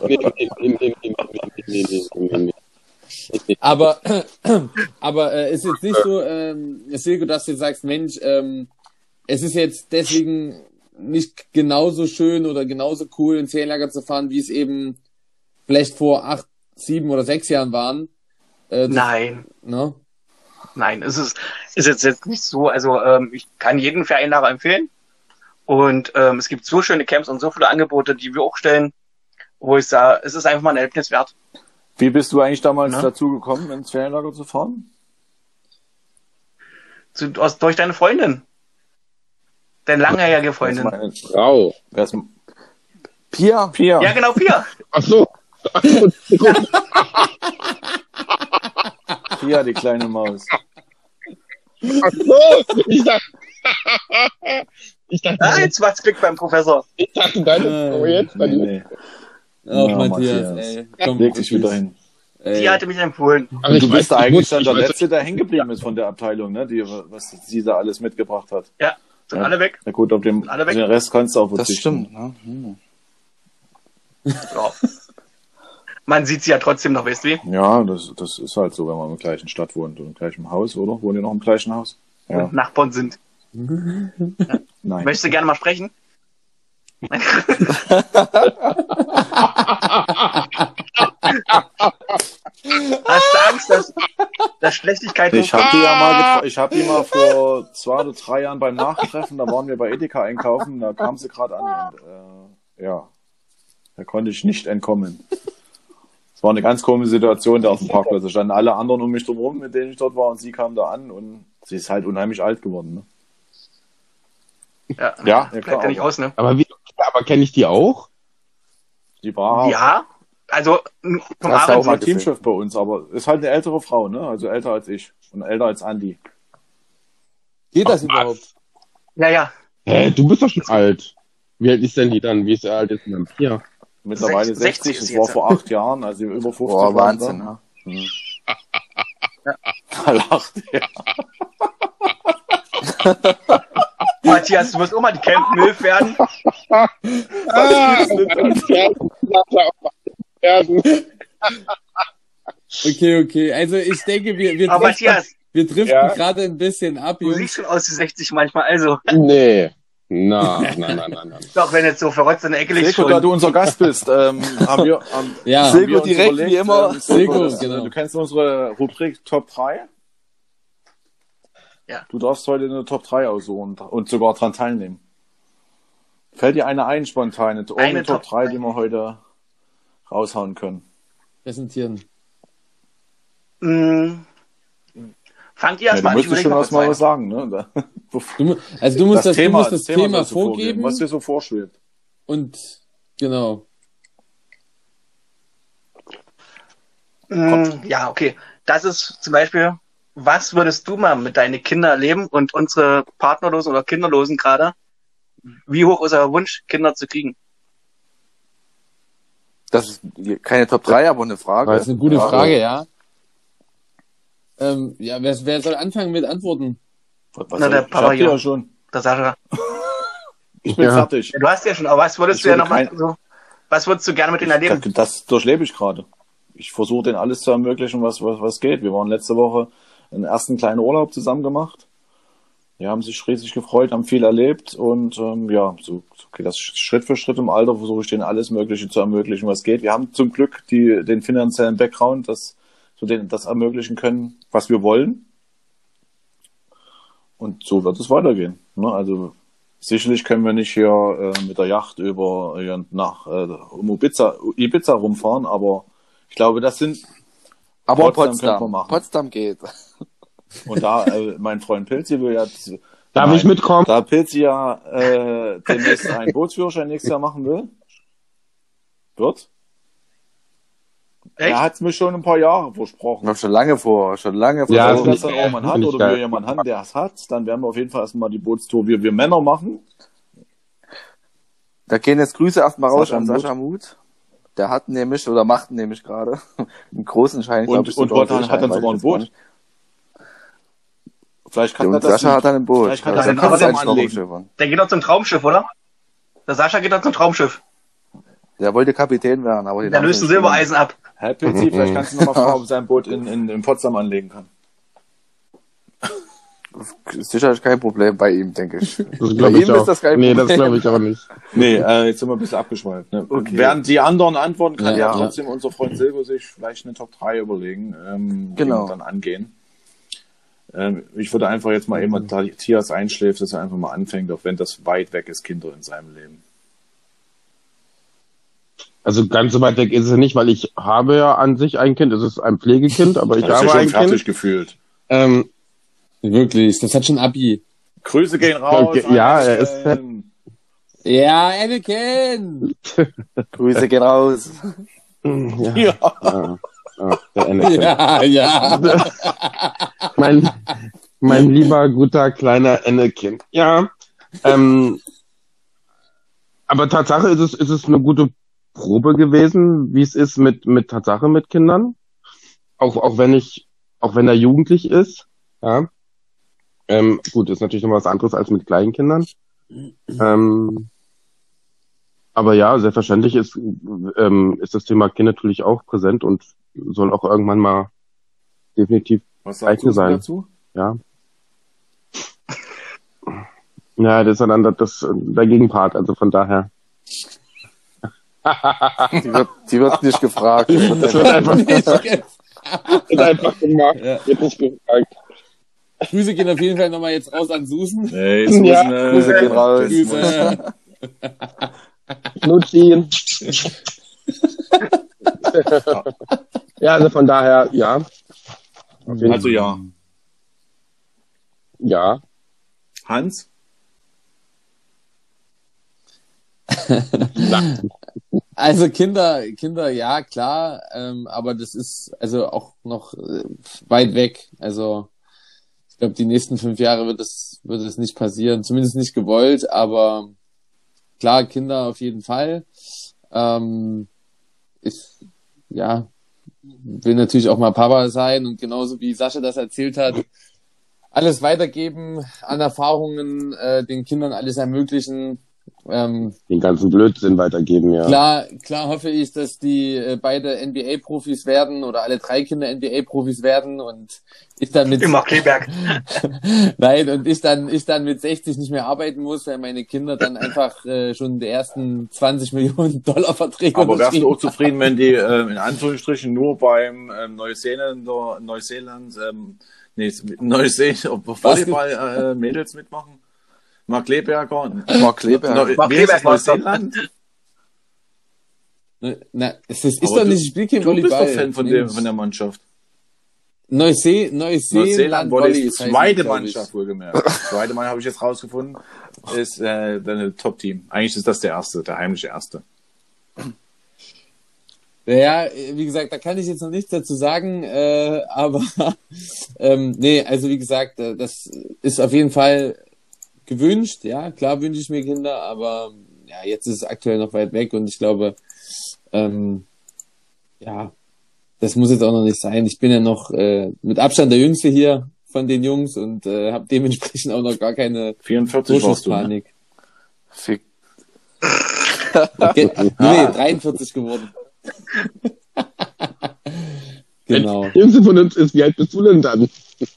Aber ist jetzt nicht so, Silke, dass du jetzt sagst, Mensch, es ist jetzt deswegen nicht genauso schön oder genauso cool, ins Ferienlager zu fahren, wie es eben vielleicht vor 8, 7 oder 6 Jahren waren. Nein. Ne? Nein, ist jetzt nicht so. Also ich kann jeden Ferienlager empfehlen. Und es gibt so schöne Camps und so viele Angebote, die wir auch stellen, wo ich sage, es ist einfach mal ein Erlebnis wert. Wie bist du eigentlich damals Ne? dazu gekommen, ins Ferienlager zu fahren? Durch deine Freundin. Deine langjährige Freundin. Frau. Wer ist Pia. Pia? Ja, genau, Pia. Ach so. Pia, die kleine Maus. Ach so. Ich dachte, Ah, jetzt macht's Klick beim Professor. deine Frau jetzt. Nee. Auch Ja, Matthias, Matthias. ey. Komm, Leg dich wieder hin. Die hatte mich empfohlen. Aber Du bist da eigentlich dann ich der weiß- Letzte, der hängen geblieben ist von der Abteilung, ne? Was sie da alles mitgebracht hat. Ja, sind Ja. alle weg. Na gut, auf den Alle weg. Rest kannst du auch Das verzichten. stimmt, ne? Hm. Ja. Man sieht sie ja trotzdem noch, weißt du wie? Ja, das ist halt so, wenn man in der gleichen Stadt wohnt und im gleichen Haus, oder? Wohnen ihr noch im gleichen Haus? Ja. Und Nachbarn sind. Nein. Möchtest du gerne mal sprechen? Hast du Angst, dass Schlechtigkeit Ich habe die mal vor 2 oder 3 Jahren beim Nachtreffen, da waren wir bei Edeka einkaufen, da kam sie gerade an und ja, da konnte ich nicht entkommen. Es war eine ganz komische Situation da auf dem Parkplatz. Da standen alle anderen um mich drumherum, mit denen ich dort war, und sie kam da an und sie ist halt unheimlich alt geworden. Ne? Ja, bleibt klar, ja nicht aber- aus, ne? Aber kenne ich die auch? Die war Ja, also vom Hast du auch auch Abend mal mal gesehen. Teamchef bei uns, aber ist halt eine ältere Frau, ne? Also älter als ich und älter als Andi. Geht das Ach, überhaupt? Ja. Hä, du bist doch schon alt. Wie alt ist denn die dann? Wie ist alt ist denn Pia? Mittlerweile 60 60, ist das war jetzt. vor 8 Jahren, also über 50. Boah, waren Wahnsinn, da. ne? Da lacht er. Matthias, du musst auch mal die Camp Milf werden. Okay. Also ich denke, wir Aber Matthias, driften Ja. gerade ein bisschen ab, du Jungs. siehst schon aus wie 60 manchmal. Also, Nee. Nein. doch wenn jetzt so verrotzt in der Ecke liegt Silko, da schon. du unser Gast bist, haben wir Ja, Silko uns direkt überlegt, wie immer. Silko, das, genau. Du kennst unsere Rubrik Top 3? Ja. Du darfst heute eine Top 3 aussuchen und sogar dran teilnehmen. Fällt dir eine ein, spontan? Eine Top 3, die wir heute raushauen können. präsentieren. Fangt ihr Ja, erst du mal an, ich müsstest überlege schon noch was mal was was sagen, ne? Du musst das Thema sollst du vorgeben was dir so vorschwebt. und genau. Ja, okay. Das ist zum Beispiel, was würdest du mal mit deinen Kindern erleben und unsere Partnerlosen oder Kinderlosen gerade? Wie hoch ist euer Wunsch, Kinder zu kriegen? Das ist keine Top 3, aber eine Frage. Das ist eine gute Frage, ja. Ja, wer soll anfangen mit Antworten? Was Na, der ich Papa hab die hier. ja schon. Der Sascha. Ich bin Ja. fertig. Ja, du hast ja schon, aber was würdest Ich du ja würde nochmal kein- so, was würdest du gerne mit denen erleben? Das durchlebe ich gerade. Ich versuche denen alles zu ermöglichen, was geht. Wir waren letzte Woche einen ersten kleinen Urlaub zusammen gemacht. Die haben sich riesig gefreut, haben viel erlebt und so geht das Schritt für Schritt im Alter, versuche ich denen alles Mögliche zu ermöglichen, was geht. Wir haben zum Glück den finanziellen Background, dass wir denen das ermöglichen können, was wir wollen. Und so wird es weitergehen. Ne? Also sicherlich können wir nicht hier mit der Yacht um Ibiza rumfahren, aber ich glaube, das sind Aber Potsdam könnten wir machen. Potsdam geht. Und da, mein Freund Pilzi will ja... Darf ich mitkommen? Da Pilzi ja demnächst einen Bootsführerschein nächstes Jahr machen will. Wird? Echt? Er hat es mir schon ein paar Jahre versprochen. Noch schon lange vor. Ja, Also, das dass dann auch mal hat finde ich oder wir geil. jemanden haben, der es hat, dann werden wir auf jeden Fall erstmal die Bootstour, wir Männer machen. Da gehen jetzt Grüße erstmal raus Sascha an Sascha Muth. Der hat nämlich, oder macht nämlich gerade, einen großen Schein. Und Bottan hat dann sogar ein Boot. Vielleicht kann Und er das Sascha hat dann ein Boot. Vielleicht kann Also er der das kann mal sich anlegen. anlegen. Der geht doch zum Traumschiff, oder? Der Sascha geht doch zum Traumschiff. Der wollte Kapitän werden, aber Der löst ein Silbereisen ab. Herr Pilzi, vielleicht kannst du noch mal fragen, ob sein Boot in Potsdam anlegen kann. Sicherlich kein Problem bei ihm, denke ich. Das Bei glaube ich ihm auch. ist das kein Nee, Problem. das glaube ich auch nicht. Nee, jetzt sind wir ein bisschen abgeschweift. Ne? Okay. Während die anderen antworten, kann Ja, ja ja. trotzdem unser Freund Silgo sich vielleicht eine Top 3 überlegen, die Genau. wir dann angehen. Ich würde einfach jetzt mal eben, da Matthias einschläft, dass er einfach mal anfängt, auch wenn das weit weg ist, Kinder in seinem Leben. Also ganz so weit weg ist es nicht, weil ich habe ja an sich ein Kind. Es ist ein Pflegekind, aber ich Ich habe habe schon ein fertig Kind. gefühlt. Wirklich, das hat schon Abi. Grüße gehen raus. Okay, ja, an er ist fett. Ja, Anakin! Grüße gehen raus. Ja. Ja. Der Anakin. Ja, ja. Mein lieber, guter, kleiner Anakin. Ja. Aber Tatsache ist es eine gute Probe gewesen, wie es ist mit Tatsache mit Kindern. Auch wenn er jugendlich ist. Ja. Gut, ist natürlich noch was anderes als mit kleinen Kindern. Aber ja, selbstverständlich ist das Thema Kind natürlich auch präsent und soll auch irgendwann mal definitiv Was sagst du Eigne sein. dazu? ja. Ja, das ist dann der Gegenpart, also von daher. Die wird nicht gefragt. Das wird einfach gemacht. Ja. Wird nicht gefragt. Grüße gehen auf jeden Fall nochmal jetzt raus an Susan. Hey, Ja. Grüße gehen raus. Grüße. Knutschen. Ja, also von daher, ja. Auf jeden Also ja. Ja. Hans? Also Kinder, ja, klar, aber das ist also auch noch weit weg. Also ich glaube, die nächsten 5 Jahre wird es nicht passieren, zumindest nicht gewollt, aber klar, Kinder auf jeden Fall. Ich, ja, will natürlich auch mal Papa sein und genauso wie Sascha das erzählt hat, alles weitergeben an Erfahrungen, den Kindern alles ermöglichen. Den ganzen Blödsinn weitergeben, ja. Klar hoffe ich, dass die beide NBA-Profis werden oder alle 3 Kinder NBA-Profis werden und ich dann mit Immer Kleberg. Nein, und ich dann mit 60 nicht mehr arbeiten muss, weil meine Kinder dann einfach schon die ersten 20 Millionen Dollar Verträge Aber wärst du auch unterschrieben zufrieden, wenn die in Anführungsstrichen nur beim Neuseeland Volleyball Mädels mitmachen? Mark Kleberger. Mark Kleberg. Mark Wie heißt das, Kleberg war's doch. Neuseeland? Na, es ist Aber doch nicht, ich spiele kein Du bist Volleyball. doch Fan von der Mannschaft. Neuseeland Volley Volleys ist heißt zweite es, glaub ich. Mannschaft, wohlgemerkt. Zweite Mann habe ich jetzt rausgefunden, ist ein Top-Team. Eigentlich ist das der heimliche Erste. Ja, wie gesagt, da kann ich jetzt noch nichts dazu sagen, aber nee, also wie gesagt, das ist auf jeden Fall gewünscht, ja, klar wünsche ich mir Kinder, aber ja, jetzt ist es aktuell noch weit weg und ich glaube, ja, das muss jetzt auch noch nicht sein. Ich bin ja noch mit Abstand der Jüngste hier von den Jungs und habe dementsprechend auch noch gar keine 44 warst du, ne? Torschusspanik. Fick. Nee, 43 geworden. Genau. Der Jüngste von uns ist, wie alt bist du denn dann?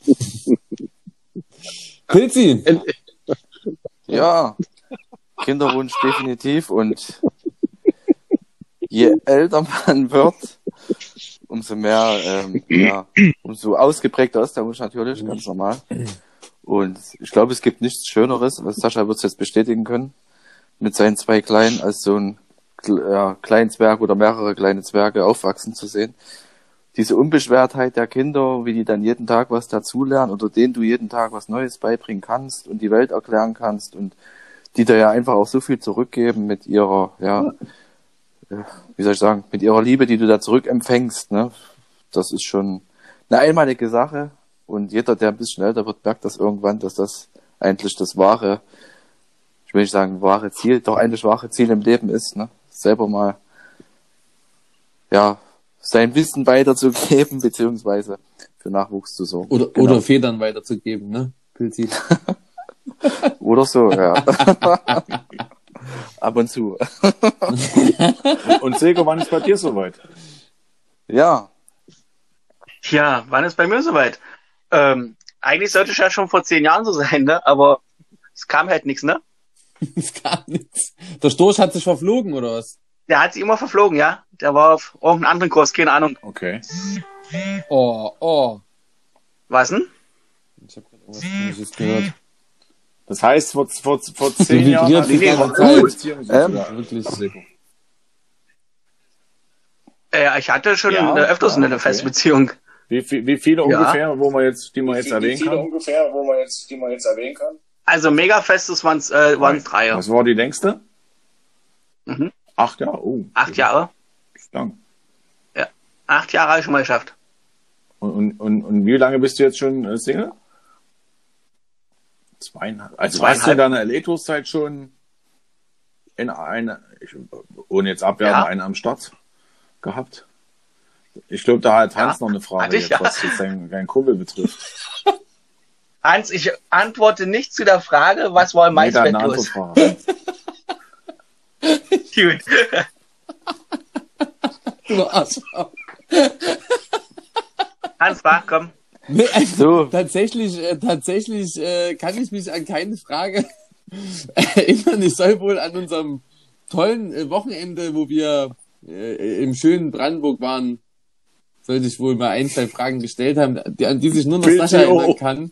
Pilzi, Ja, Kinderwunsch definitiv und je älter man wird, umso mehr, umso ausgeprägter ist der Wunsch natürlich, ganz normal. Und ich glaube, es gibt nichts Schöneres, was Sascha wird es jetzt bestätigen können, mit seinen 2 Kleinen als so ein kleinen Zwerg oder mehrere kleine Zwerge aufwachsen zu sehen. diese Unbeschwertheit der Kinder, wie die dann jeden Tag was dazulernen oder denen du jeden Tag was Neues beibringen kannst und die Welt erklären kannst und die dir ja einfach auch so viel zurückgeben mit ihrer, ja, wie soll ich sagen, mit ihrer Liebe, die du da zurückempfängst, ne? Das ist schon eine einmalige Sache und jeder, der ein bisschen älter wird, merkt das irgendwann, dass das eigentlich das wahre, ich will nicht sagen wahre Ziel, doch eigentlich wahre Ziel im Leben ist, ne? Selber mal, ja, sein Wissen weiterzugeben, beziehungsweise für Nachwuchs zu sorgen. Oder Federn weiterzugeben, ne? Pilzi. Oder so, ja. Ab und zu. Und Sego, wann ist bei dir soweit? Ja. Tja, wann ist bei mir soweit? Eigentlich sollte es ja schon vor 10 Jahren so sein, ne? Aber es kam halt nichts, ne? Es kam nichts. Der Storch hat sich verflogen, oder was? Der hat sich immer verflogen, ja? Der war auf irgendeinem anderen Kurs, keine Ahnung. Okay. Oh. Was denn? Ich habe gerade irgendwas Komisches gehört. Das heißt, vor 10 Du Jahren... vibrierst die ganze Zeit. Wirklich. Sego. Ich hatte schon Ja, öfters ja, eine feste Beziehung. Wie viele Ja. ungefähr, die man jetzt erwähnen kann? Also mega festes waren es 3. Was war die längste? Mhm. 8 Jahre? Oh. 8 Jahre. Das ist lang. 8 Jahre habe ich schon mal geschafft. Und wie lange bist du jetzt schon Single? 2,5. Also 2,5. warst du in deiner Elektroszeit schon in ohne jetzt abwerten, Ja. einen am Start gehabt? Ich glaube, da hat Hans Ja, noch eine Frage, hatte ich, jetzt, was jetzt deinen Kumpel betrifft. Hans, ich antworte nicht zu der Frage, was war im Nee, da hat Maisbett eine los. Antwortfrage. Gut. Du Arsch. Hans, mach, komm. Nee, So. tatsächlich kann ich mich an keine Frage erinnern. Ich soll wohl an unserem tollen Wochenende, wo wir im schönen Brandenburg waren, sollte ich wohl mal 1, 2 Fragen gestellt haben, an die sich nur noch Sascha erinnern kann.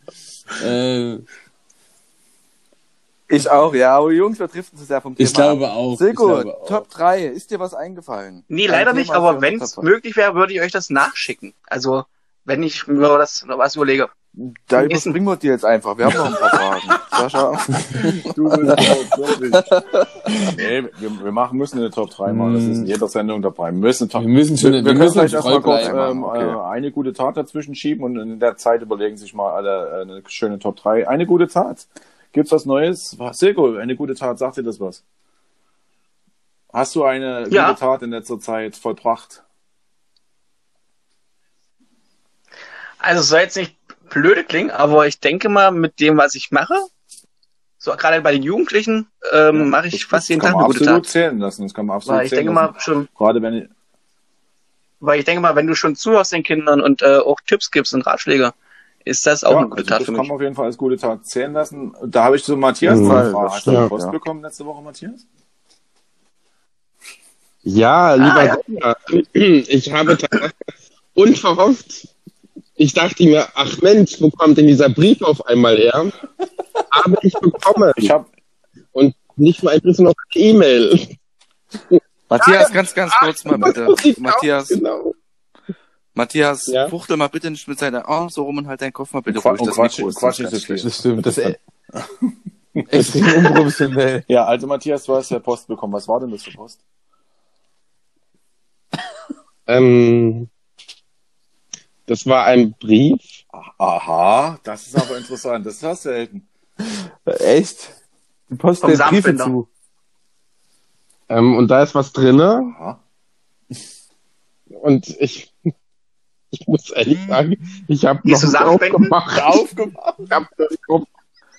Ich auch, ja, aber Jungs, wir driften zu sehr vom Thema Ich glaube ab. auch. Silko, ich glaube auch. Top 3, ist dir was eingefallen? Nee, Ein leider Thema nicht, für aber unsere wenn es Top 3. möglich wäre, würde ich euch das nachschicken. Also, wenn ich mir das noch was überlege. Da überspringen wir die jetzt einfach. Wir haben noch ein paar Fragen. Sascha? Du bist auch wirklich. Nee, wir müssen eine Top 3 machen. Das ist in jeder Sendung dabei. Wir müssen Wir müssen können uns vielleicht erstmal treu kurz bleiben. eine gute Tat dazwischen schieben und in der Zeit überlegen sich mal alle eine schöne Top 3. Eine gute Tat. Gibt's was Neues? Silko, eine gute Tat, sagt dir das was? Hast du eine Ja. gute Tat in letzter Zeit vollbracht? Also, es soll jetzt nicht blöde klingen, aber ich denke mal, mit dem, was ich mache, so gerade bei den Jugendlichen, mache ich fast jeden Das Tag kann eine man gute absolut Tat. zählen lassen. Das kann man absolut Weil ich zählen denke lassen. mal schon, Gerade wenn wenn du schon zuhörst den Kindern und auch Tipps gibst und Ratschläge, ist das auch eine gute also Tat das für kann mich. man auf jeden Fall als gute Tat zählen lassen. Da habe ich so Matthias Mhm. mal eine Das Frage. Hast du stimmt, eine Post ja. bekommen letzte Woche, Matthias? Ja, lieber ja. Sascha, ich habe unverhofft, ich dachte mir, ach Mensch, wo kommt denn dieser Brief auf einmal her? Habe ich bekommen. Ich habe Und nicht mal ein bisschen auf eine E-Mail. Matthias, ganz kurz mal bitte. Matthias, Genau. Matthias, Ja? fuchtel mal bitte nicht mit seiner Arm so rum und halt deinen Kopf mal bitte Qua- ruhig. und Das Quatsch- Mikro ist Quatsch sonst ist ganz so viel. schlecht. Das stimmt, das ist extrem unprofessionell. Ja, also Matthias, du hast ja Post bekommen. Was war denn das für Post? Das war ein Brief. Aha, das ist aber interessant. Das ist ja selten. Echt? Die Post Vom der Briefe Samenspender. zu. Und da ist was drinne. Aha. Und ich muss ehrlich sagen, ich habe noch Gehst du nicht Samenspenden? aufgemacht. Ich hab noch nicht auf-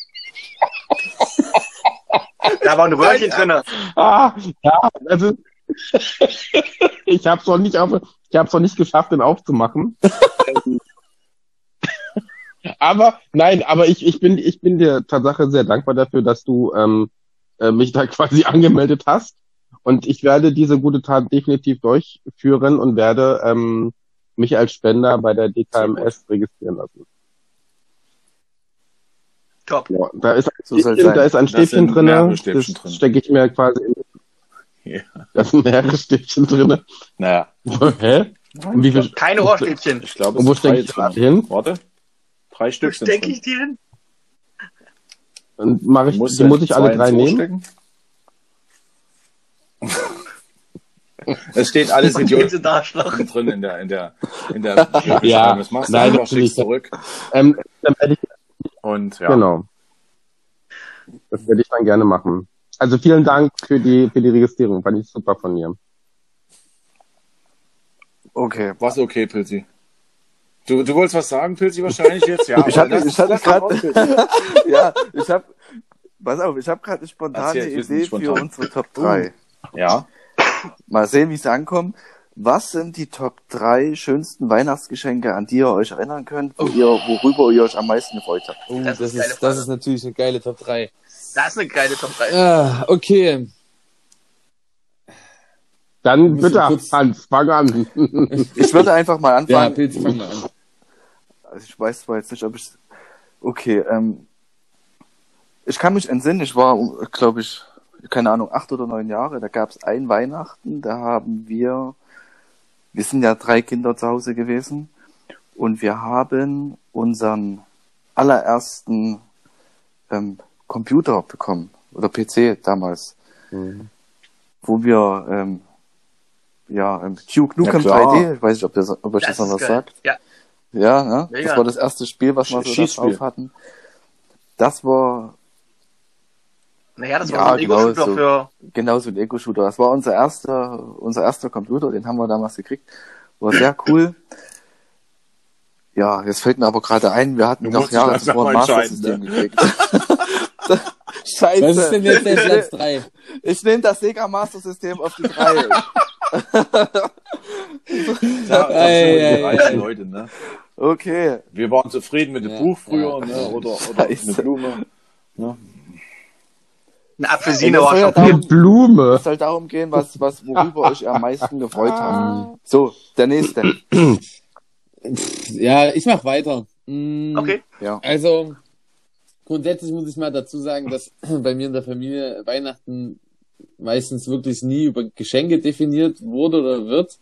Da war ein Röhrchen drinne. Ja, also ich habe es noch nicht geschafft, den aufzumachen. Aber ich bin dir Tatsache sehr dankbar dafür, dass du mich da quasi angemeldet hast. Und ich werde diese gute Tat definitiv durchführen und werde mich als Spender bei der DKMS registrieren lassen. Top. Ja, da ist So soll's sein. ein Da sind Stäbchen drin. mehrere Stäbchen Das drin. stecke ich mir quasi in. Ja. Da sind mehrere Stäbchen drin. Naja. Hä? Und wie viel, Keine Ohrstäbchen. Ich glaube, und wo es sind stecke ich die hin? Warte. 3 Stück Wo sind stecke drin. ich die hin? Und mache ich, Musst die du muss ich alle 3 2 ins Ohr nehmen? stecken? Es steht alles Und Idioten diese Arschloch. drin in der Beschreibung. Ja, Das machst du nein, einfach, natürlich. schickst zurück. Dann werde ich, Und ja. genau. Das werde ich dann gerne machen. Also vielen Dank für die Registrierung. Fand ich super von dir. Okay, was okay, Pilzi? Du wolltest was sagen, Pilzi, wahrscheinlich jetzt? Ja, Ich aber hatte lass gerade, raus, Pilzi. ja, pass auf, ich habe gerade eine spontane Erzähl, wir sind Idee spontan. für unsere Top 3. Ja. Mal sehen, wie es ankommt. Was sind die Top 3 schönsten Weihnachtsgeschenke, an die ihr euch erinnern könnt, worüber ihr euch am meisten gefreut habt? Das ist eine geile ist Frage. natürlich eine geile Top 3. Das ist eine geile Top 3. Okay. Dann müssen bitte, kurz- Hans, fang an. Ich würde einfach mal Ja, anfangen. Pilz, fang mal an. Also ich weiß zwar jetzt nicht, ob ich... Okay, ich kann mich entsinnen, ich war, glaube ich, keine Ahnung, 8 oder 9 Jahre, da gab es ein Weihnachten, da haben wir sind ja 3 Kinder zu Hause gewesen und wir haben unseren allerersten Computer bekommen, oder PC damals, wo wir Duke Nukem Ja, klar. 3D, ich weiß nicht, ob euch das noch ist was geil. sagt. Ja. Ja, ne? Mega. Das war das erste Spiel, was wir so da Schießspiel. drauf hatten. Das war Naja, das war Ja, so ein Ego-Shooter genau so. für... genau so ein Ego-Shooter. Das war unser erster Computer, den haben wir damals gekriegt. War sehr cool. Ja, jetzt fällt mir aber gerade ein, wir hatten Du noch musst dich Jahre langsam zuvor ein mal Master entscheiden, System gekriegt. Scheiße. Was ist denn jetzt der Platz 3? Ich nehme das Sega Master System auf die 3. Da Ey, sind ey, die reichen ey. Leute, ne? Okay. Wir waren zufrieden mit dem Ja, Buch früher, ja. ne? Oder Scheiße. eine Blume. Ne? Eine Apfelsine Und das war soll ja schon... Eine darum, Blume. es soll darum gehen, worüber euch am meisten gefreut habt. So, der nächste. Ja, ich mach weiter. Okay. Ja. Also, grundsätzlich muss ich mal dazu sagen, dass bei mir in der Familie Weihnachten meistens wirklich nie über Geschenke definiert wurde oder wird.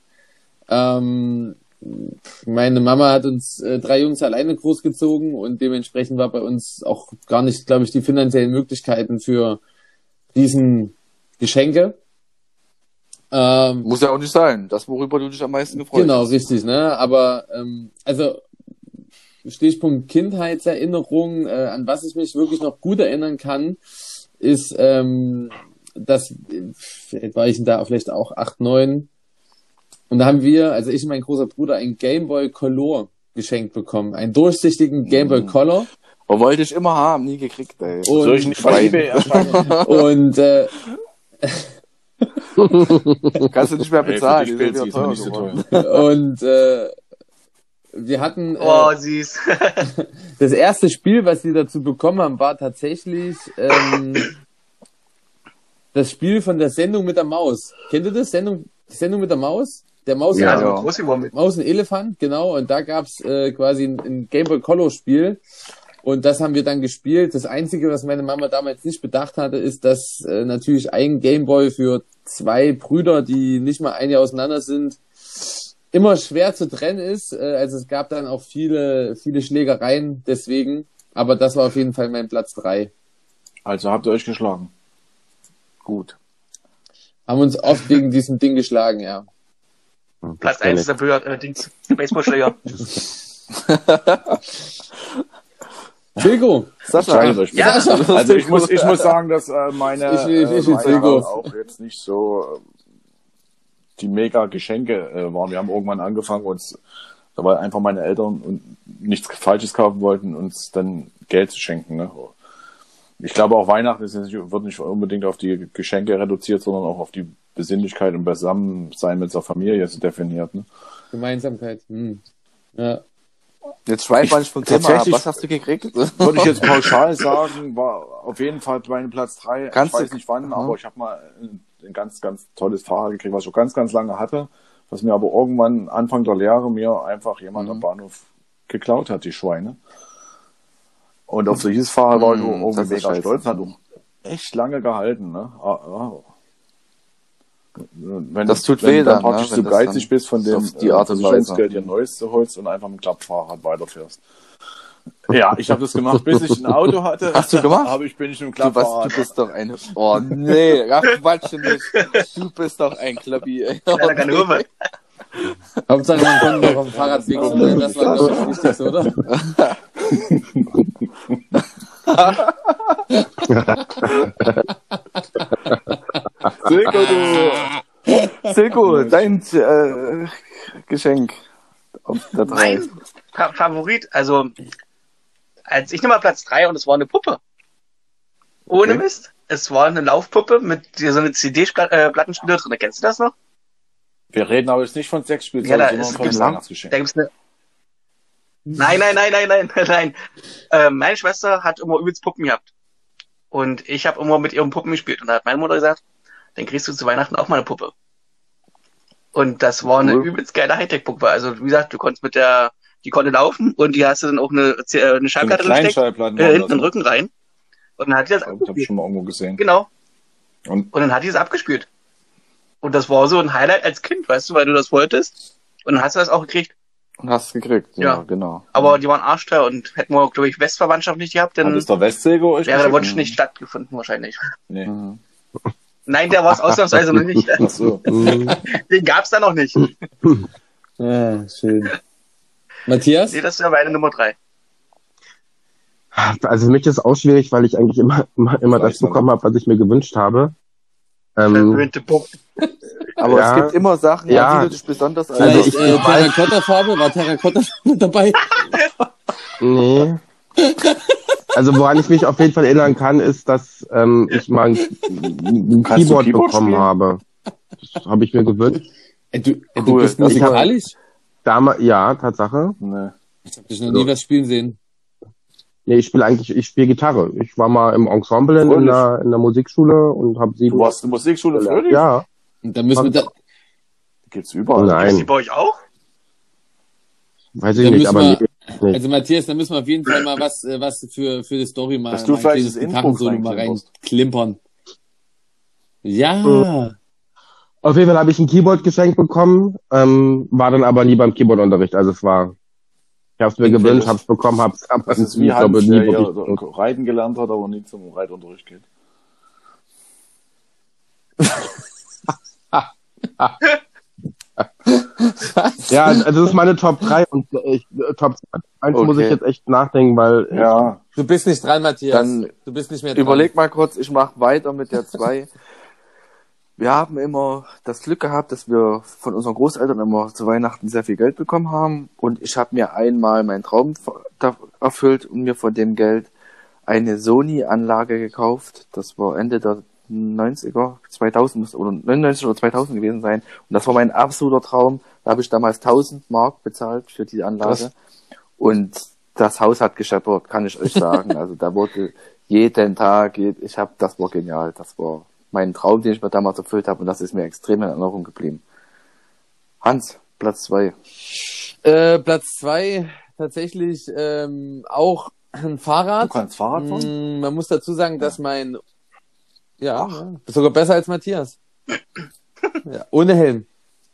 Meine Mama hat uns 3 Jungs alleine großgezogen und dementsprechend war bei uns auch gar nicht, glaube ich, die finanziellen Möglichkeiten für riesen Geschenke. Muss ja auch nicht sein. Das, worüber du dich am meisten gefreut Genau, hast. richtig, ne? Aber also Stichpunkt Kindheitserinnerung, an was ich mich wirklich noch gut erinnern kann, ist, dass vielleicht war ich da vielleicht auch 8, 9. Und da haben wir, also ich und mein großer Bruder, einen Game Boy Color geschenkt bekommen. Einen durchsichtigen Game Boy Color. Aber wollte ich immer haben, nie gekriegt, ey. Und, Soll ich nicht bei eBay erscheinen? und Kannst du nicht mehr Ey, für bezahlen, dich, die sind Pilzi, wieder ist teuer nicht so geworden. teuer. und wir hatten Oh, süß. das erste Spiel, was sie dazu bekommen haben, war tatsächlich das Spiel von der Sendung mit der Maus. Kennt ihr das? Sendung mit der Maus? Der Maus, Ja, Ja, so ja. groß wie wir mit. Maus und Elefant, genau. Und da gab's quasi ein Game Boy Color Spiel. Und das haben wir dann gespielt. Das Einzige, was meine Mama damals nicht bedacht hatte, ist, dass natürlich ein Game Boy für 2 Brüder, die nicht mal ein Jahr auseinander sind, immer schwer zu trennen ist. Also es gab dann auch viele Schlägereien deswegen. Aber das war auf jeden Fall mein Platz 3. Also habt ihr euch geschlagen. Gut. Haben uns oft wegen diesem Ding geschlagen, ja. Platz 1 ist der Baseballschläger. Silko, Entscheidet euch. Ja, bitte. Also ich muss sagen, dass meine Ich will meine Silko. auch jetzt nicht so die mega Geschenke waren. Wir haben irgendwann angefangen, weil einfach meine Eltern nichts Falsches kaufen wollten, uns dann Geld zu schenken. Ne? Ich glaube auch Weihnachten wird nicht unbedingt auf die Geschenke reduziert, sondern auch auf die Besinnlichkeit und Beisammensein mit der Familie so definiert. Ne? Gemeinsamkeit. Ja. Jetzt schweif mal nicht vom Thema ab. Tatsächlich- Was hast du gekriegt? Würde ich jetzt pauschal sagen, war auf jeden Fall mein Platz 3. Kannst ich du- weiß nicht wann, Aha. aber ich habe mal ein ganz, ganz tolles Fahrrad gekriegt, was ich auch ganz, ganz lange hatte, was mir aber irgendwann Anfang der Lehre mir einfach jemand am Bahnhof geklaut hat, die Schweine. Und auf dieses Fahrrad war ich Das irgendwie ist mega scheiße. stolz, hat auch echt lange gehalten. Ne? Wenn Das tut wenn weh du dann dann, praktisch ne, so wenn das geizig dann bist von dem auf die Art und Weise. Versicherungsgeld dir ein neues zu holst und einfach mit dem Klappfahrrad weiterfährst. Ja, ich habe das gemacht, bis ich ein Auto hatte. Hast du gemacht? Bin ich mit dem Du Klappfahrrad. bist doch ein... Oh, nee, ach, Quatsch nicht. Du bist doch ein Kloppi, ey. Kleiner Ganove. Hauptsache, man konnte noch auf dem Fahrrad wechseln, ne? Das war, glaube ich, das Wichtigste, oder? Silko, du. Silko, dein Geschenk auf der 3. Mein Favorit, also, als ich nehme mal Platz 3 und es war eine Puppe. Ohne Okay. Mist. Es war eine Laufpuppe mit so eine CD-Plattenspieler drin. Kennst du das noch? Wir reden aber jetzt nicht von Sexspielzeug, Ja, da sondern ist- von gibt's- Weihnachtsgeschenk. Da gibt's eine. Nein. Meine Schwester hat immer übelst Puppen gehabt. Und ich habe immer mit ihren Puppen gespielt. Und da hat meine Mutter gesagt, dann kriegst du zu Weihnachten auch mal eine Puppe. Und das war eine Cool. übelst geile Hightech-Puppe. Also, wie gesagt, du konntest die konnte laufen und die hast du dann auch eine Schallplatte So eine gesteckt, Kleinschallplatten hinten in waren den das. Rücken rein. Und dann hat die das Das habe ich abgespielt. schon mal irgendwo gesehen. Genau. Und Und dann hat die es abgespielt. Und das war so ein Highlight als Kind, weißt du, weil du das wolltest. Und dann hast du das auch gekriegt. Und hast gekriegt, ja, Ja. genau. Aber die waren arschteuer und hätten wir, glaube ich, Westverwandtschaft nicht gehabt, hat dann es der Westsego euch wäre der geschickt? Wunsch nicht stattgefunden wahrscheinlich. Nee. Mhm. Nein, der war es ausnahmsweise noch nicht. Ach so. Den gab's da noch nicht. Ja, schön. Matthias? Nee, das wäre meine Nummer 3. Also für mich ist es auch schwierig, weil ich eigentlich immer das bekommen habe, was ich mir gewünscht habe. Verwöhnte Puppe. Aber Ja. es gibt immer Sachen, Ja. an die du dich besonders Also Vielleicht ich- Terrakotta-Farbe? War Terrakotta-Farbe dabei? Nee. Also woran ich mich auf jeden Fall erinnern kann, ist, dass ich mal ein Kannst du Keyboard Keyboard bekommen spielen? habe. Das habe ich mir gewünscht. Du Cool. bist musikalisch? Damals, ja, Tatsache. Nee. Ich habe dich noch nie was spielen sehen. Nee, ich spiele Gitarre. Ich war mal im Ensemble in Fröhlich. der Musikschule und habe Du warst in der Musikschule fröhlich? Ja, Und dann müssen wir da, Gibt's überall. Ist die nein, bei euch auch? weiß ich Dann nicht, müssen aber wir- nee. also Matthias, da müssen wir auf jeden Fall mal was für die Story mal, Dass du mal ein vielleicht kleines das Intro Gitarrensolo mal reinklimperst. reinklimpern. Ja. Auf jeden Fall habe ich ein Keyboard geschenkt bekommen, war dann aber nie beim Keyboardunterricht. Also ich habe es mir Okay, gewünscht, das- habe es bekommen, habe es Das ist wie Hans, der hier so reiten gelernt hat, aber nie zum Reitunterricht geht. Ja, also das ist meine Top 3 und Top 1 muss ich Okay. jetzt echt nachdenken, weil Ja, Du bist nicht dran, Matthias. Dann du bist nicht mehr dran. Überleg mal kurz, ich mache weiter mit der 2. Wir haben immer das Glück gehabt, dass wir von unseren Großeltern immer zu Weihnachten sehr viel Geld bekommen haben. Und ich habe mir einmal meinen Traum erfüllt und mir von dem Geld eine Sony-Anlage gekauft. Das war Ende der 90er, 2000 muss, oder 99 oder 2000 gewesen sein. Und das war mein absoluter Traum. Da habe ich damals 1000 Mark bezahlt für die Anlage. Krass. Und das Haus hat gescheppert, kann ich euch sagen. Also da wurde jeden Tag, das war genial. Das war mein Traum, den ich mir damals erfüllt habe. Und das ist mir extrem in Erinnerung geblieben. Hans, Platz 2. Platz 2 tatsächlich auch ein Fahrrad. du kannst Fahrrad fahren? Man muss dazu sagen, dass mein ja, sogar besser als Matthias. Ja, ohne Helm.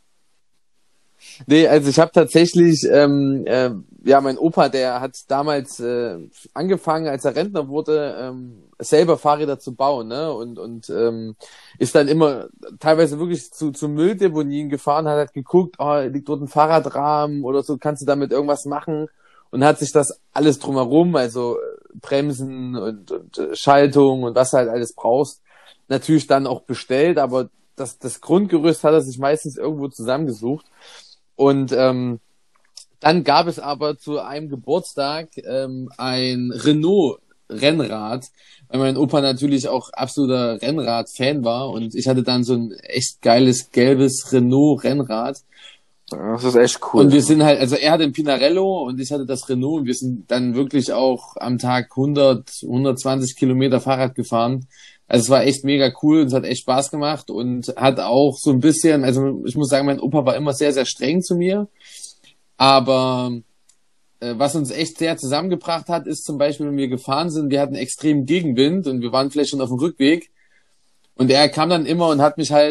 Nee, also ich habe tatsächlich, mein Opa, der hat damals angefangen, als er Rentner wurde, selber Fahrräder zu bauen, ne? Und ist dann immer teilweise wirklich zu Mülldeponien gefahren, hat halt geguckt, liegt dort ein Fahrradrahmen oder so, kannst du damit irgendwas machen? Und hat sich das alles drumherum, also Bremsen und Schaltung und was du halt alles brauchst, natürlich dann auch bestellt, aber das Grundgerüst hat er sich meistens irgendwo zusammengesucht. Und dann gab es aber zu einem Geburtstag ein Renault-Rennrad, weil mein Opa natürlich auch absoluter Rennrad-Fan war und ich hatte dann so ein echt geiles gelbes Renault-Rennrad. Das ist echt cool. Und wir sind halt, also er hatte ein Pinarello und ich hatte das Renault und wir sind dann wirklich auch am Tag 120 Kilometer Fahrrad gefahren. Also es war echt mega cool und es hat echt Spaß gemacht und hat auch so ein bisschen, also ich muss sagen, mein Opa war immer sehr, sehr streng zu mir, aber was uns echt sehr zusammengebracht hat, ist zum Beispiel, wenn wir gefahren sind, wir hatten extremen Gegenwind und wir waren vielleicht schon auf dem Rückweg und er kam dann immer und hat mich halt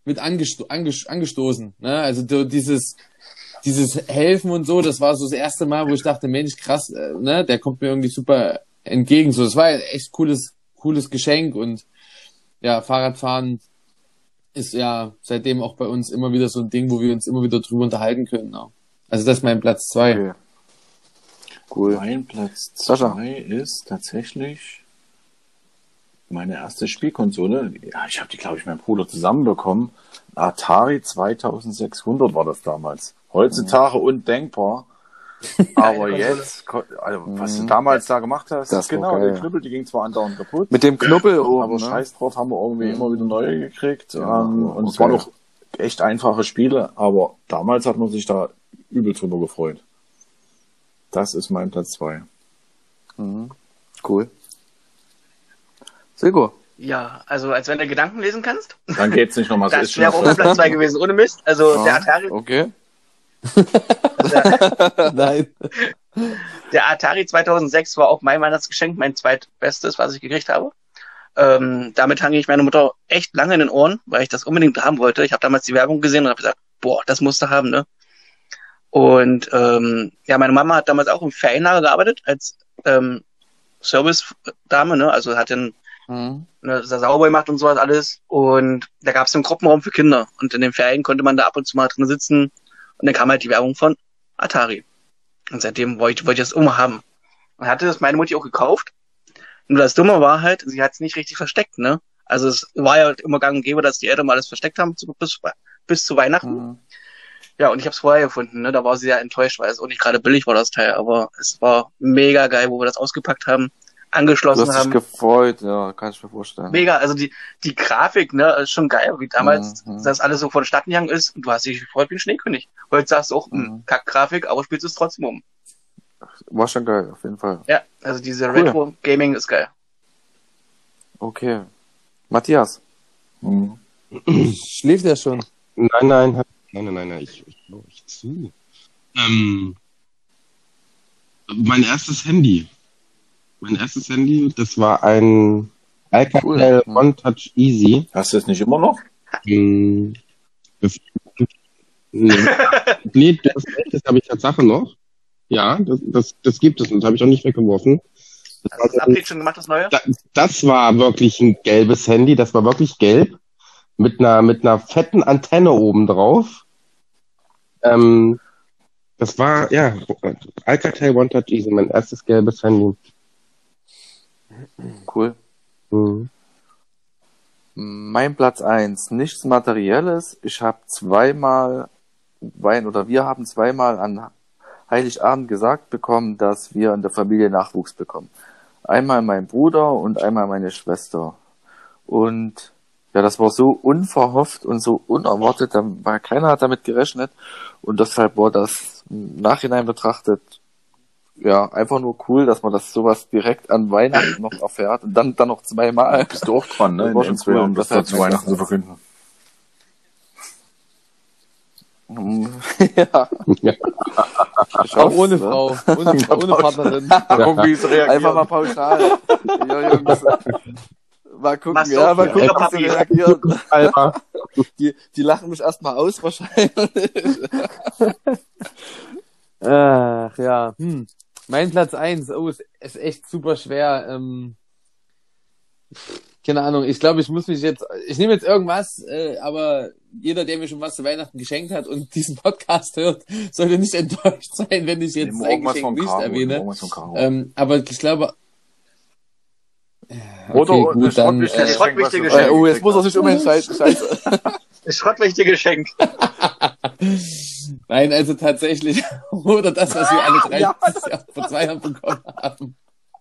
mit angestoßen. Ne? Also dieses Helfen und so, das war so das erste Mal, wo ich dachte, Mensch, krass, ne? Der kommt mir irgendwie super entgegen. So, das war ein echt cooles Geschenk und ja, Fahrradfahren ist ja seitdem auch bei uns immer wieder so ein Ding, wo wir uns immer wieder drüber unterhalten können. Auch. Also das ist mein Platz 2. Okay. Cool. Mein Platz Sascha. 2 ist tatsächlich meine erste Spielkonsole. Ja, ich habe die, glaube ich, mit meinem Bruder zusammenbekommen. Atari 2600 war das damals. Heutzutage undenkbar. Aber jetzt, also, was du damals da gemacht hast, Das war genau, geil, der ja. Knüppel, die ging zwar andauernd kaputt. Mit dem Knubbel oben, aber ne? scheiß drauf, haben wir irgendwie immer wieder neue gekriegt. Ja, Und es okay. waren auch echt einfache Spiele, aber damals hat man sich da übel drüber gefreut. Das ist mein Platz 2. Mhm. Cool. Silko. Ja, also als wenn du Gedanken lesen kannst. Dann geht's nicht nochmal so. Das Ist schon wäre auch mein Platz 2 gewesen, ohne Mist. Also der Atari, Okay. Nein. der Atari 2006 war auch mein Weihnachtsgeschenk, mein zweitbestes, was ich gekriegt habe. Damit hang ich meine Mutter echt lange in den Ohren, weil ich das unbedingt haben wollte. Ich habe damals die Werbung gesehen und habe gesagt, boah, das musst du haben, ne? Und ja, meine Mama hat damals auch im Ferienlager gearbeitet als Service-Dame, ne? Also hat dann sauber gemacht und sowas alles. Und da gab es einen Gruppenraum für Kinder. Und in den Ferien konnte man da ab und zu mal drin sitzen. Und dann kam halt die Werbung von Atari. Und seitdem wollte ich das immer haben. Und hatte das meine Mutti auch gekauft. Nur das Dumme war halt, sie hat es nicht richtig versteckt, ne? Also es war ja immer gang und gäbe, dass die Eltern mal alles versteckt haben bis zu Weihnachten. Ja, und ich habe es vorher gefunden, ne? Da war sie sehr enttäuscht, weil es auch nicht gerade billig war, das Teil. Aber es war mega geil, wo wir das ausgepackt haben, Du angeschlossen hast dich haben. gefreut, ja, kann ich mir vorstellen. Mega, also die Grafik, ne, ist schon geil, wie damals das alles so vonstatten gegangen ist und du hast dich gefreut wie ein Schneekönig. Heute sagst du auch, Kack-Grafik, aber spielst es trotzdem um. War schon geil, auf jeden Fall. Ja, also diese Cool. Retro-Gaming ist geil. Okay. Matthias. Schläft er schon? Nein, ich höre euch zu. Mein erstes Handy, das war ein Alcatel Cool. One Touch Easy. Hast du es nicht immer noch? Das, nee, das habe ich Tatsache noch. Ja, das gibt es und das habe ich auch nicht weggeworfen. Hast du das Update schon gemacht, das neue? Das war wirklich ein gelbes Handy, das war wirklich gelb. Mit einer fetten Antenne oben drauf. Das war, ja, Alcatel One Touch Easy, mein erstes gelbes Handy. Cool. Mhm. Mein Platz 1, nichts Materielles. Wir haben zweimal an Heiligabend gesagt bekommen, dass wir in der Familie Nachwuchs bekommen. Einmal mein Bruder und einmal meine Schwester. Und ja, das war so unverhofft und so unerwartet, keiner hat damit gerechnet. Und deshalb war das im Nachhinein betrachtet ja einfach nur cool, dass man das sowas direkt an Weihnachten noch erfährt und dann noch zweimal. Bist du auch dran, ne? Das war schon In 2 Jahren, cool. das Das da hat zu mir Weihnachten zu gefallen. verkünden. Ja. Ich Auch hoff's, ohne ne? Frau, ohne Partnerin. Mal gucken, wie sie reagieren. Einfach mal pauschal. Ja, Jungs. Mal gucken, Machst du ja, auch mal hier. gucken, wie sie reagieren. Alter. Die lachen mich erstmal aus wahrscheinlich. Ach ja. Mein Platz 1, ist echt super schwer. Keine Ahnung, ich glaube, ich nehme jetzt irgendwas, aber jeder, der mir schon was zu Weihnachten geschenkt hat und diesen Podcast hört, sollte nicht enttäuscht sein, wenn ich jetzt Nehmen sein irgendwas Geschenk von nicht Caro, erwähne. irgendwas von Caro. Aber ich glaube, Oder okay, gut, eine dann, schrottwichtige schrottwichtige Geschenk, was du Geschenk. Oh, jetzt muss er sich umentscheiden. Scheiße. Das schrottwichtige Geschenk. nein, also tatsächlich, oder das, was wir alle drei dieses Jahr vor 2 Jahren bekommen haben.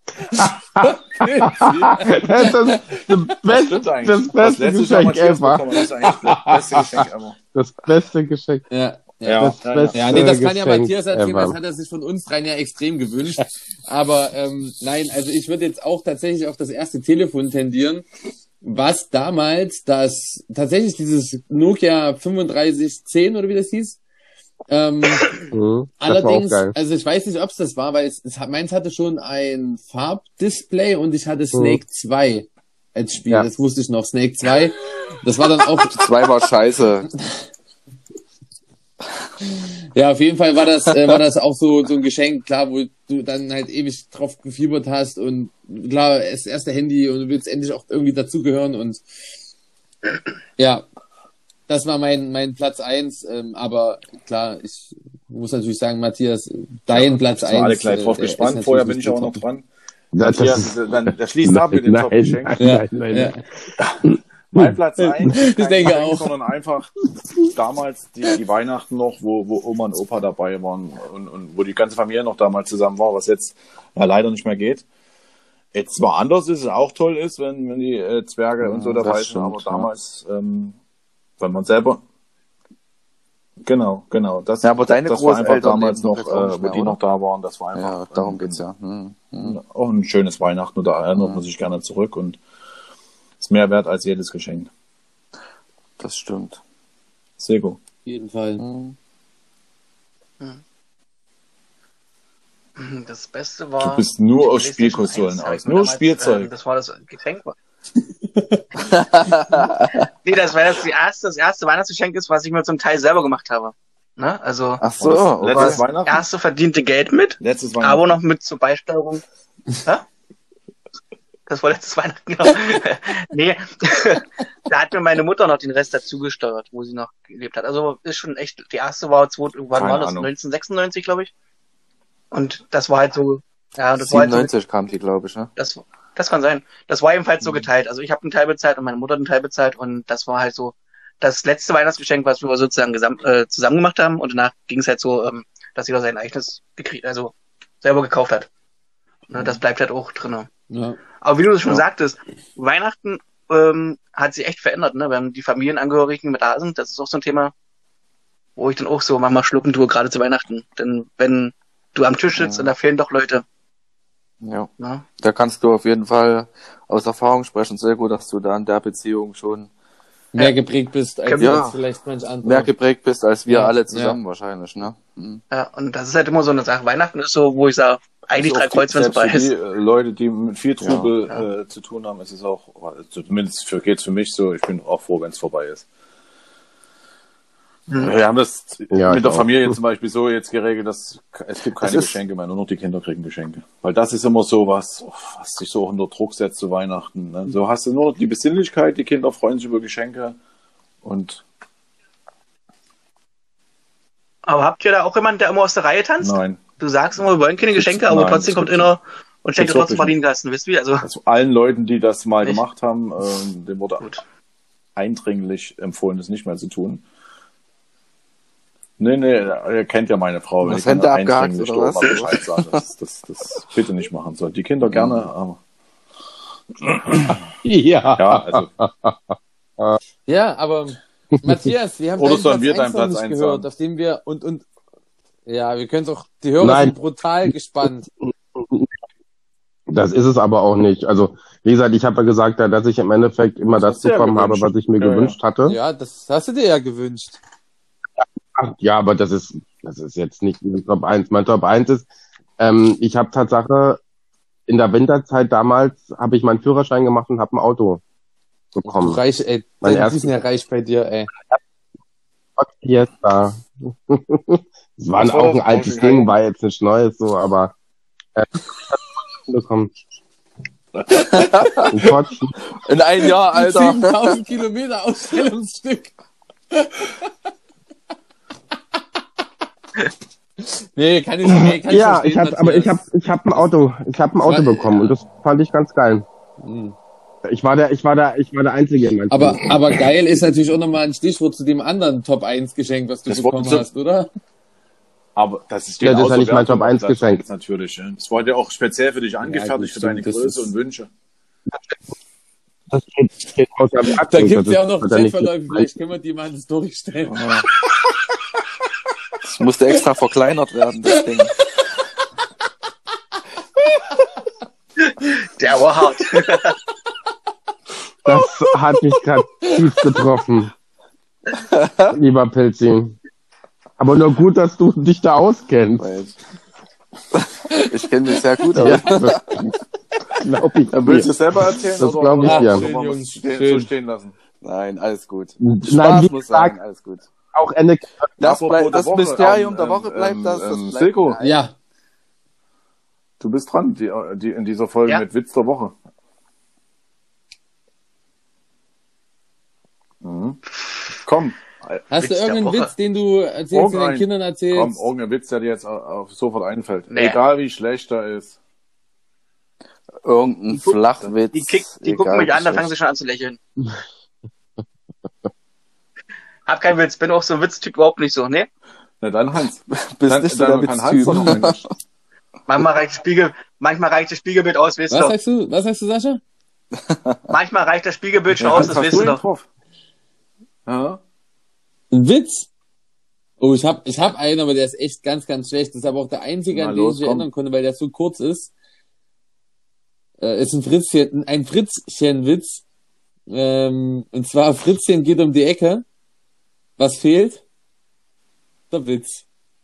Das Stimmt eigentlich. das Was beste letztes Jahr Geschenk Matthias ever. bekommen hat, ist eigentlich das beste Geschenk ever. Das beste Geschenk. Ja. Das beste Ja, nee, das kann ja Geschenk Matthias erzählen, ever. das hat er sich von uns dreien ja extrem gewünscht. Aber nein, also ich würde jetzt auch tatsächlich auf das erste Telefon tendieren, was damals tatsächlich dieses Nokia 3510 oder wie das hieß. Das war auch Allerdings, geil. also ich weiß nicht, ob es das war, weil meins hatte schon ein Farbdisplay und ich hatte Snake 2 als Spiel. Ja. Das wusste ich noch. Snake 2. Das war dann auch, 2 war scheiße. ja, auf jeden Fall war das auch so ein Geschenk, klar, wo du dann halt ewig drauf gefiebert hast und klar, das erste Handy und du willst endlich auch irgendwie dazugehören und ja, das war mein Platz 1, aber klar, ich muss natürlich sagen, Matthias, dein Platz 1. Sind wir alle gleich drauf gespannt. Vorher bin ich auch noch dran. Das Matthias, der schließt ab mit dem Top-Geschenk. Ja. Mein Platz 1. Ich denke auch. Sondern einfach damals die Weihnachten noch, wo Oma und Opa dabei waren und wo die ganze Familie noch damals zusammen war, was jetzt ja leider nicht mehr geht. Jetzt zwar anders ist, es auch toll ist, wenn die Zwerge und so dabei sind, aber damals, wenn man selber, genau, das, Ja, aber deine das war einfach Großeltern damals leben noch, jetzt auch nicht wo mehr, die oder? noch da waren, das war einfach, Ja, darum geht's ja. auch ein schönes Weihnachten, und da erinnert man sich gerne zurück und ist mehr wert als jedes Geschenk. Das stimmt. Sehr gut. Auf jeden Fall. Das Beste war. Du bist nur auf PlayStation Spielkonsolen 1 hab ich aus, mir nur damals, Spielzeug. Das war das Getränk. Nee, das war das erste Weihnachtsgeschenk ist, was ich mir zum Teil selber gemacht habe. Ne? Also Ach so, War das letztes okay. Weihnachten? erste verdiente Geld mit, Letztes Weihnachten. aber noch mit zur Beisteuerung. Hä? Das war letztes Weihnachten, genau. Nee, da hat mir meine Mutter noch den Rest dazu gesteuert, wo sie noch gelebt hat. Also ist schon echt, die erste war wann war das? Ahnung. 1996, glaube ich. Und das war halt so, ja, das war halt so, 97 kam die, glaube ich, ne? das kann sein. Das war ebenfalls so geteilt. Also ich habe einen Teil bezahlt und meine Mutter einen Teil bezahlt und das war halt so das letzte Weihnachtsgeschenk, was wir sozusagen zusammen gemacht haben und danach ging es halt so, dass jeder sein eigenes also selber gekauft hat. Ne, das bleibt halt auch drin. Ja. Aber wie du es schon sagtest, Weihnachten hat sich echt verändert, ne? Wenn die Familienangehörigen mit da sind, das ist auch so ein Thema, wo ich dann auch so manchmal schlucken tue, gerade zu Weihnachten. Denn wenn du am Tisch sitzt und da fehlen doch Leute. Ja. Ne? Da kannst du auf jeden Fall aus Erfahrung sprechen. Sehr gut, dass du da in der Beziehung schon Mehr geprägt bist als Ja. als vielleicht manch andere. mehr geprägt bist als wir Ja, alle zusammen wahrscheinlich, ne? Mhm. Ja, und das ist halt immer so eine Sache. Weihnachten ist so, wo ich sage, eigentlich Ist drei auch Kreuz, wenn es selbst vorbei für die ist. Leute, die mit viel Trubel zu tun haben, ist es auch, zumindest geht's für mich so, ich bin auch froh, wenn es vorbei ist. Wir haben das Ja, mit ich der auch. Familie zum Beispiel so jetzt geregelt, dass es gibt keine Das ist- Geschenke mehr, nur noch die Kinder kriegen Geschenke. Weil das ist immer so was sich so unter Druck setzt zu Weihnachten. Ne? So hast du nur noch die Besinnlichkeit, die Kinder freuen sich über Geschenke und Aber habt ihr da auch jemanden, der immer aus der Reihe tanzt? nein. Du sagst immer, wir wollen keine Geschenke, aber Nein, trotzdem das kommt gibt's einer und schenkt dir Gibt's trotzdem wirklich Pralinenkasten. Wisst ihr? Also, Also allen Leuten, die das mal Nicht? gemacht haben, dem wurde gut. eindringlich empfohlen, das nicht mehr zu tun. Nee, ihr kennt ja meine Frau. Was, ich kann Hände abgehakt eindringlich oder was? mal Bescheid sagen, das bitte nicht machen soll. Die Kinder gerne, aber Ja. ja, also Ja, aber Matthias, wir haben Oder deinen sollen wir Platz 1 deinen noch Platz nicht 1 gehört, sagen? auf dem wir und ja, wir können es auch, die Hörer Nein. sind brutal gespannt. Das ist es aber auch nicht. Also, wie gesagt, ich habe ja gesagt, dass ich im Endeffekt immer das hast du ja bekommen habe, gewünscht. was ich mir Ja, gewünscht hatte. Ja, das hast du dir ja gewünscht. Ach, ja, aber das ist jetzt nicht mein Top 1. Mein Top 1 ist, ich habe Tatsache in der Winterzeit damals habe ich meinen Führerschein gemacht und habe ein Auto Du bekommen. reich, ey, Mein die erstes- sind ja reich bei dir, ey. Fiesta. Es war Was war auch ein das? altes Porsche Ding, war jetzt nicht Neues so, aber bekommen. Ein Porsche. In einem Jahr, Alter. 7000 Kilometer Ausstellungsstück. Nee, kann ich Ja, verstehen, ich habe ein Auto bekommen und das fand ich ganz geil. Ich war der Einzige in meinem Team. aber geil ist natürlich auch nochmal ein Stichwort zu dem anderen Top 1 Geschenk, was du Das bekommen Wort- hast, oder? aber das ist Ja, das ist ja genauso nicht mein Wertung Top 1 auf Platz Geschenk. 1 natürlich. Ja. Das wurde ja auch speziell für dich angefertigt, gut, für deine stimmt, das Größe ist- und Wünsche. Das steht außer Wertung. Da gibt's Das ja auch noch hat ja nichts Chatverläufe, mit- vielleicht können wir die mal ins Durchstellen. Das musste extra verkleinert werden, das Ding. Der war hart. Das hat mich gerade tief getroffen. Lieber Pilzi. Aber nur gut, dass du dich da auskennst. Ich kenne mich sehr gut Ja, aus. Glaub ich Willst du dir. es selber erzählen? Das oder glaub ich oder dir. sollen wir Schön, es Jungs, so stehen lassen? Nein, alles gut. Nein, Spaß wie muss sein, gesagt, alles gut. auch Ende. Das, Apropos bleibt, der das Woche, Mysterium der Woche bleibt das. Das bleibt Silko, geheim. Ja, du bist dran, die in dieser Folge Ja. mit Witz der Woche. Mhm. Komm, hast du Witz der irgendeinen Woche. Witz, den du erzählst, den Irgendein- deinen Kindern komm, erzählst? irgendein Witz, der dir jetzt sofort einfällt. Nee. Egal wie schlecht er ist. Irgendein Flachwitz. Die gucken mich an, dann fangen sie schon an zu lächeln. Hab keinen Witz, bin auch so ein Witztyp überhaupt nicht so, ne? Na dann Hans. Bist Dann, nicht so der dann kann Hans doch noch Witztyp. einen. Manchmal reicht das Spiegelbild aus, weißt Was du. sagst du? Was sagst du, Sascha? Manchmal reicht das Spiegelbild schon Ja, aus, Hans, das hast weißt du du ihn doch. drauf? Ja. Ein Witz? Oh, ich hab einen, aber der ist echt ganz, ganz schlecht. Das ist aber auch der einzige, Na an den los, ich mich komm. erinnern konnte, weil der so kurz ist. Ist ein Fritzchen-Witz. Und zwar Fritzchen geht um die Ecke. Was fehlt? Der Witz.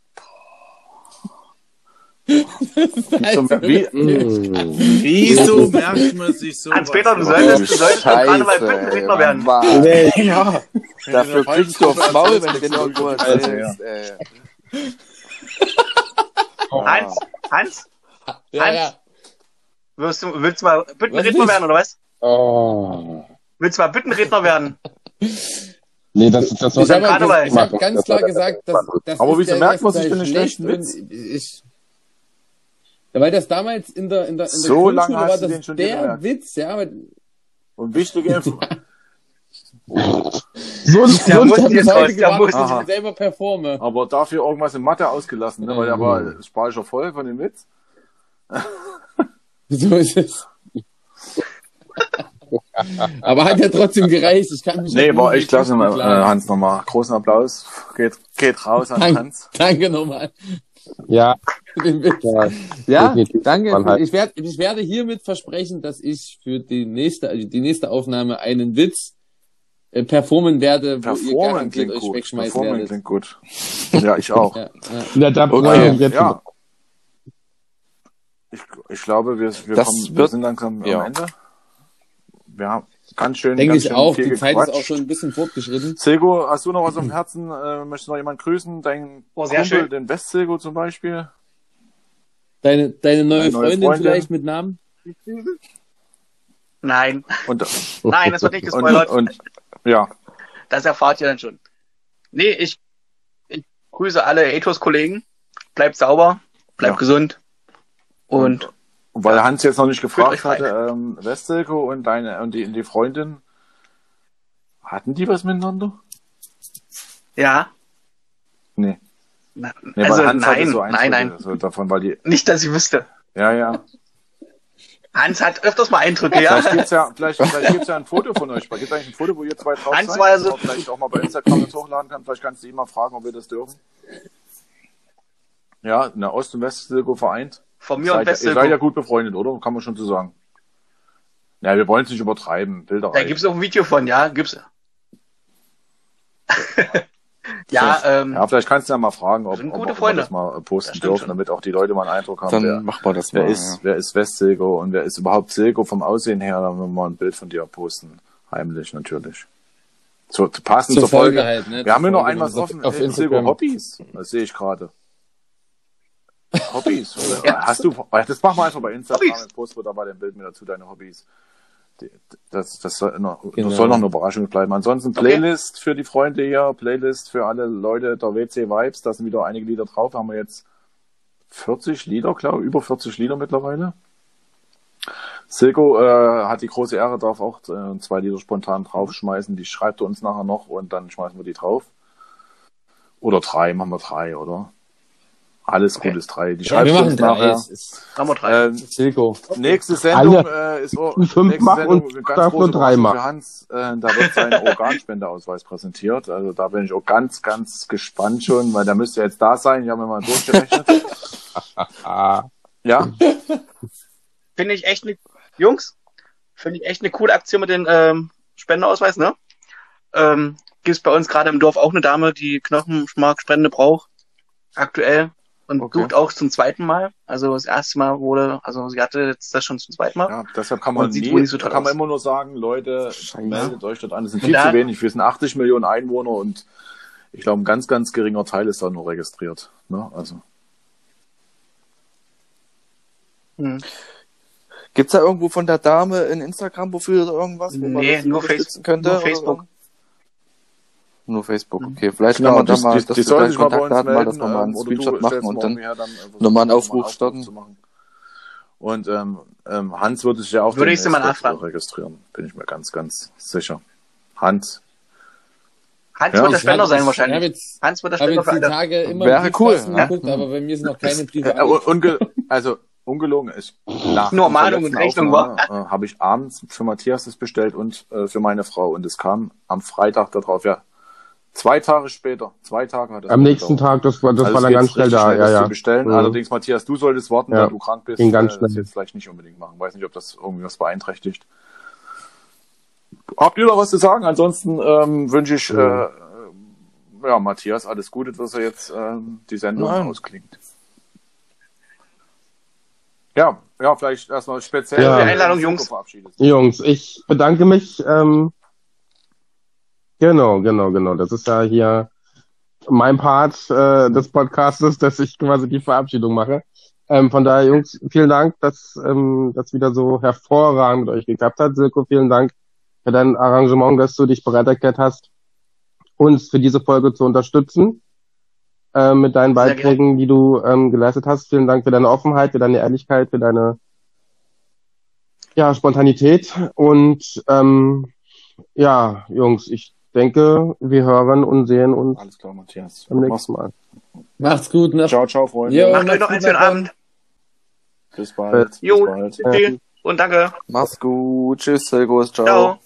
Wieso merkt man sich so? Hans-Peter, du Oh, solltest doch gerade mal Scheiße, Büttenredner werden. Mann. Ja. Dafür kriegst du aufs Maul, wenn du den irgendwo Also, erzählst. ey. Hans, Ja. willst du mal Was Büttenredner nicht? werden, oder was? Oh. Willst du mal Büttenredner werden? Nee, das Ich soll hab- habe ich hab ganz klar gesagt, dass Aber ist wieso der merkt man erste sich denn den Teil schlechten schlecht Witz? Ja, weil das damals in der So lange Grundschule hast war du den das schon der gemerkt. Witz, ja, aber Und wichtige Info. so Der ich muss habe jetzt bis raus, heute der gewartet, muss. bis ich Aha. ihn selber performe. Aber dafür irgendwas in Mathe ausgelassen, ne? Weil der war Speicher voll von dem Witz. So ist es. Aber hat ja trotzdem gereicht. Ich kann mich Nee, nicht war echt klasse, beklagen. Hans, nochmal. Großen Applaus. Geht raus an Danke, Hans. danke nochmal Ja, für den Witz. ja. Ja, definitiv. danke. Man halt- Ich werde hiermit versprechen, dass ich für die nächste Aufnahme einen Witz performen werde, wo ihr Performen garantiert klingt euch gut. wegschmeißen Performen werdet. klingt gut. Ja, ich auch. Ja, ja. Na, da Okay, freuen wir uns Ja. Ich glaube, wir Das wir sind langsam ja. am Ende. Wir haben ganz schön, Denke ganz ich schön auch. viel Die Zeit ist gequatscht. auch schon ein bisschen fortgeschritten. Silgo, hast du noch was auf dem Herzen? Möchtest du noch jemanden grüßen? Deinen Oh, sehr Kumpel, schön. den West-Silgo zum Beispiel? Deine neue Deine neue Freundin Freundin? vielleicht mit Namen? Nein, Und, nein, das wird nicht und, gespoilert. und ja, Das erfahrt ihr dann schon. Nee, ich grüße alle Ethos-Kollegen. Bleibt sauber, bleibt Ja. gesund. Und weil Hans jetzt noch nicht Fühlt gefragt euch frei. hatte, West-Silgo und die Freundin, hatten die was miteinander? ja, Nee. na, Nee, also weil Hans hatte nein, so nein. Eindrücke so davon, weil die, Nicht, dass ich wüsste. ja. Hans hat öfters mal Eindrücke, ja. Vielleicht gibt's ja ein Foto von euch. Gibt eigentlich ein Foto, wo ihr zwei drauf Hans seid? war ja so- Wo man vielleicht auch mal bei Instagram das hochladen kann. Vielleicht kannst du ihn mal fragen, ob wir das dürfen. Ja, eine Ost- und West-Silgo vereint. Von mir und Ihr seid ja Westel. gut befreundet, oder? Kann man schon so sagen. Ja, wir wollen es nicht übertreiben. Da Bilderei. gibt's auch ein Video von, ja, gibt's. Ja, Ja, vielleicht kannst du ja mal fragen, ob, sind ob, gute ob wir Freunde. das mal posten Das stimmt dürfen, schon. damit auch die Leute mal einen Eindruck haben, Dann machen wir das mal. wer ist West-Silgo und wer ist überhaupt Silgo vom Aussehen her. Dann werden wir mal ein Bild von dir posten. Heimlich natürlich. So, passend zur Folge. halt, ne? Wir haben hier noch Folge ein was auf offen. Instagram. Silgo Hobbys. Das sehe ich gerade. Hobbys. Hast du, das machen wir einfach bei Instagram. Hobbys. Jetzt posten wir da mal ein Bild mit dazu, deine Hobbys. Das soll noch, Genau. das soll noch eine Überraschung bleiben. Ansonsten Okay. Playlist für die Freunde hier, Playlist für alle Leute der WC Vibes. Da sind wieder einige Lieder drauf. Haben wir jetzt 40 Lieder, glaube ich, über 40 Lieder mittlerweile. Silgo hat die große Ehre, darf auch 2 Lieder spontan draufschmeißen. Die schreibt er uns nachher noch und dann schmeißen wir die drauf. Oder 3, machen wir 3, oder? Alles Okay. gut ist 3. Die Ja, schreibt wir er machen uns 3. nachher. Es ist Nummer 3. Silko. Nächste Sendung Alle ist auch, 5 nächste machen Sendung, und eine ganz darf große nur 3 Überraschung machen. für Hans. Da wird sein Organspendeausweis präsentiert. Also da bin ich auch ganz, ganz gespannt schon, weil der müsste jetzt da sein. Ich habe mir mal durchgerechnet. Ah, Ja, Finde ich echt Jungs, finde ich echt eine coole Aktion mit den Spendeausweis, ne? Gibt's bei uns gerade im Dorf auch eine Dame, die Knochenmarkspende braucht. Aktuell. und Okay. sucht auch zum zweiten Mal. Also das erste Mal sie hatte jetzt das schon zum zweiten Mal. Ja, deshalb kann man Und sieht wohl nicht so toll kann man aus. immer nur sagen, Leute, Scheiße. meldet euch dort an. Es sind Und viel da- zu wenig. Wir sind 80 Millionen Einwohner und ich glaube, ein ganz, ganz geringer Teil ist da nur registriert. Ne? Also. Hm. Gibt's da irgendwo von der Dame ein Instagram-Profil oder irgendwas, wo man Nee, das nur unterstützen könnte? nur oder Facebook. so? Nur Facebook, okay. Vielleicht Genau, kann man da die mal, dass die wir soll gleich sich mal bei uns Kontaktdaten mal, dass melden, wir mal einen oder Screenshot du machen stellst und mal dann irgendwie her, dann versuchen nochmal einen wir Aufruf starten. zu machen. Und Hans würde sich ja auch Würde ich sie mal demnächst nachfragen. registrieren, bin ich mir ganz, ganz sicher. Hans. Hans Ja, wird der ich Spender sein Ich habe wahrscheinlich. jetzt, Hans wird der hab Spender jetzt für die alle. Tage immer Wäre im cool, Briefkasten ja. geguckt, aber bei mir sind noch keine Briefe Ungelogen ist. Nach Nur unserer Mahnung und letzten Rechnung, Aufnahme, habe ich abends für Matthias das bestellt und für meine Frau. Und es kam am Freitag darauf, ja. 2 Tage später. 2 Tage hat es Am nächsten gedauert. Tag, das war Also es dann geht ganz schnell richtig da, schnell, ja, das ja. zu bestellen. Mhm. Allerdings, Matthias, du solltest warten, Ja. weil du krank bist. Ging ganz Das schnell. jetzt vielleicht nicht unbedingt machen. Weiß nicht, ob das irgendwie was beeinträchtigt. Habt ihr noch was zu sagen? Ansonsten wünsche ich Matthias alles Gute, dass er jetzt die Sendung Nein. ausklingt. Ja, vielleicht erstmal speziell Ja. Die Einladung, Jungs. verabschiedet. Jungs, ich bedanke mich. Genau. Das ist ja hier mein Part des Podcastes, dass ich quasi die Verabschiedung mache. Von daher, Jungs, vielen Dank, dass das wieder so hervorragend mit euch geklappt hat. Silko, vielen Dank für dein Arrangement, dass du dich bereit erklärt hast, uns für diese Folge zu unterstützen. Mit deinen Sehr Beiträgen, die du geleistet hast. Vielen Dank für deine Offenheit, für deine Ehrlichkeit, für deine Spontanität. Und Jungs, ich denke, wir hören und sehen uns Alles klar, Matthias. beim nächsten Mal. Macht's gut, ne? Ciao, ciao, Freunde. Jo. Macht euch noch einen schönen Abend. Bis bald. Jo. Bis bald. Tschüss. Und danke. Mach's gut. Tschüss, Servus, ciao. Ciao.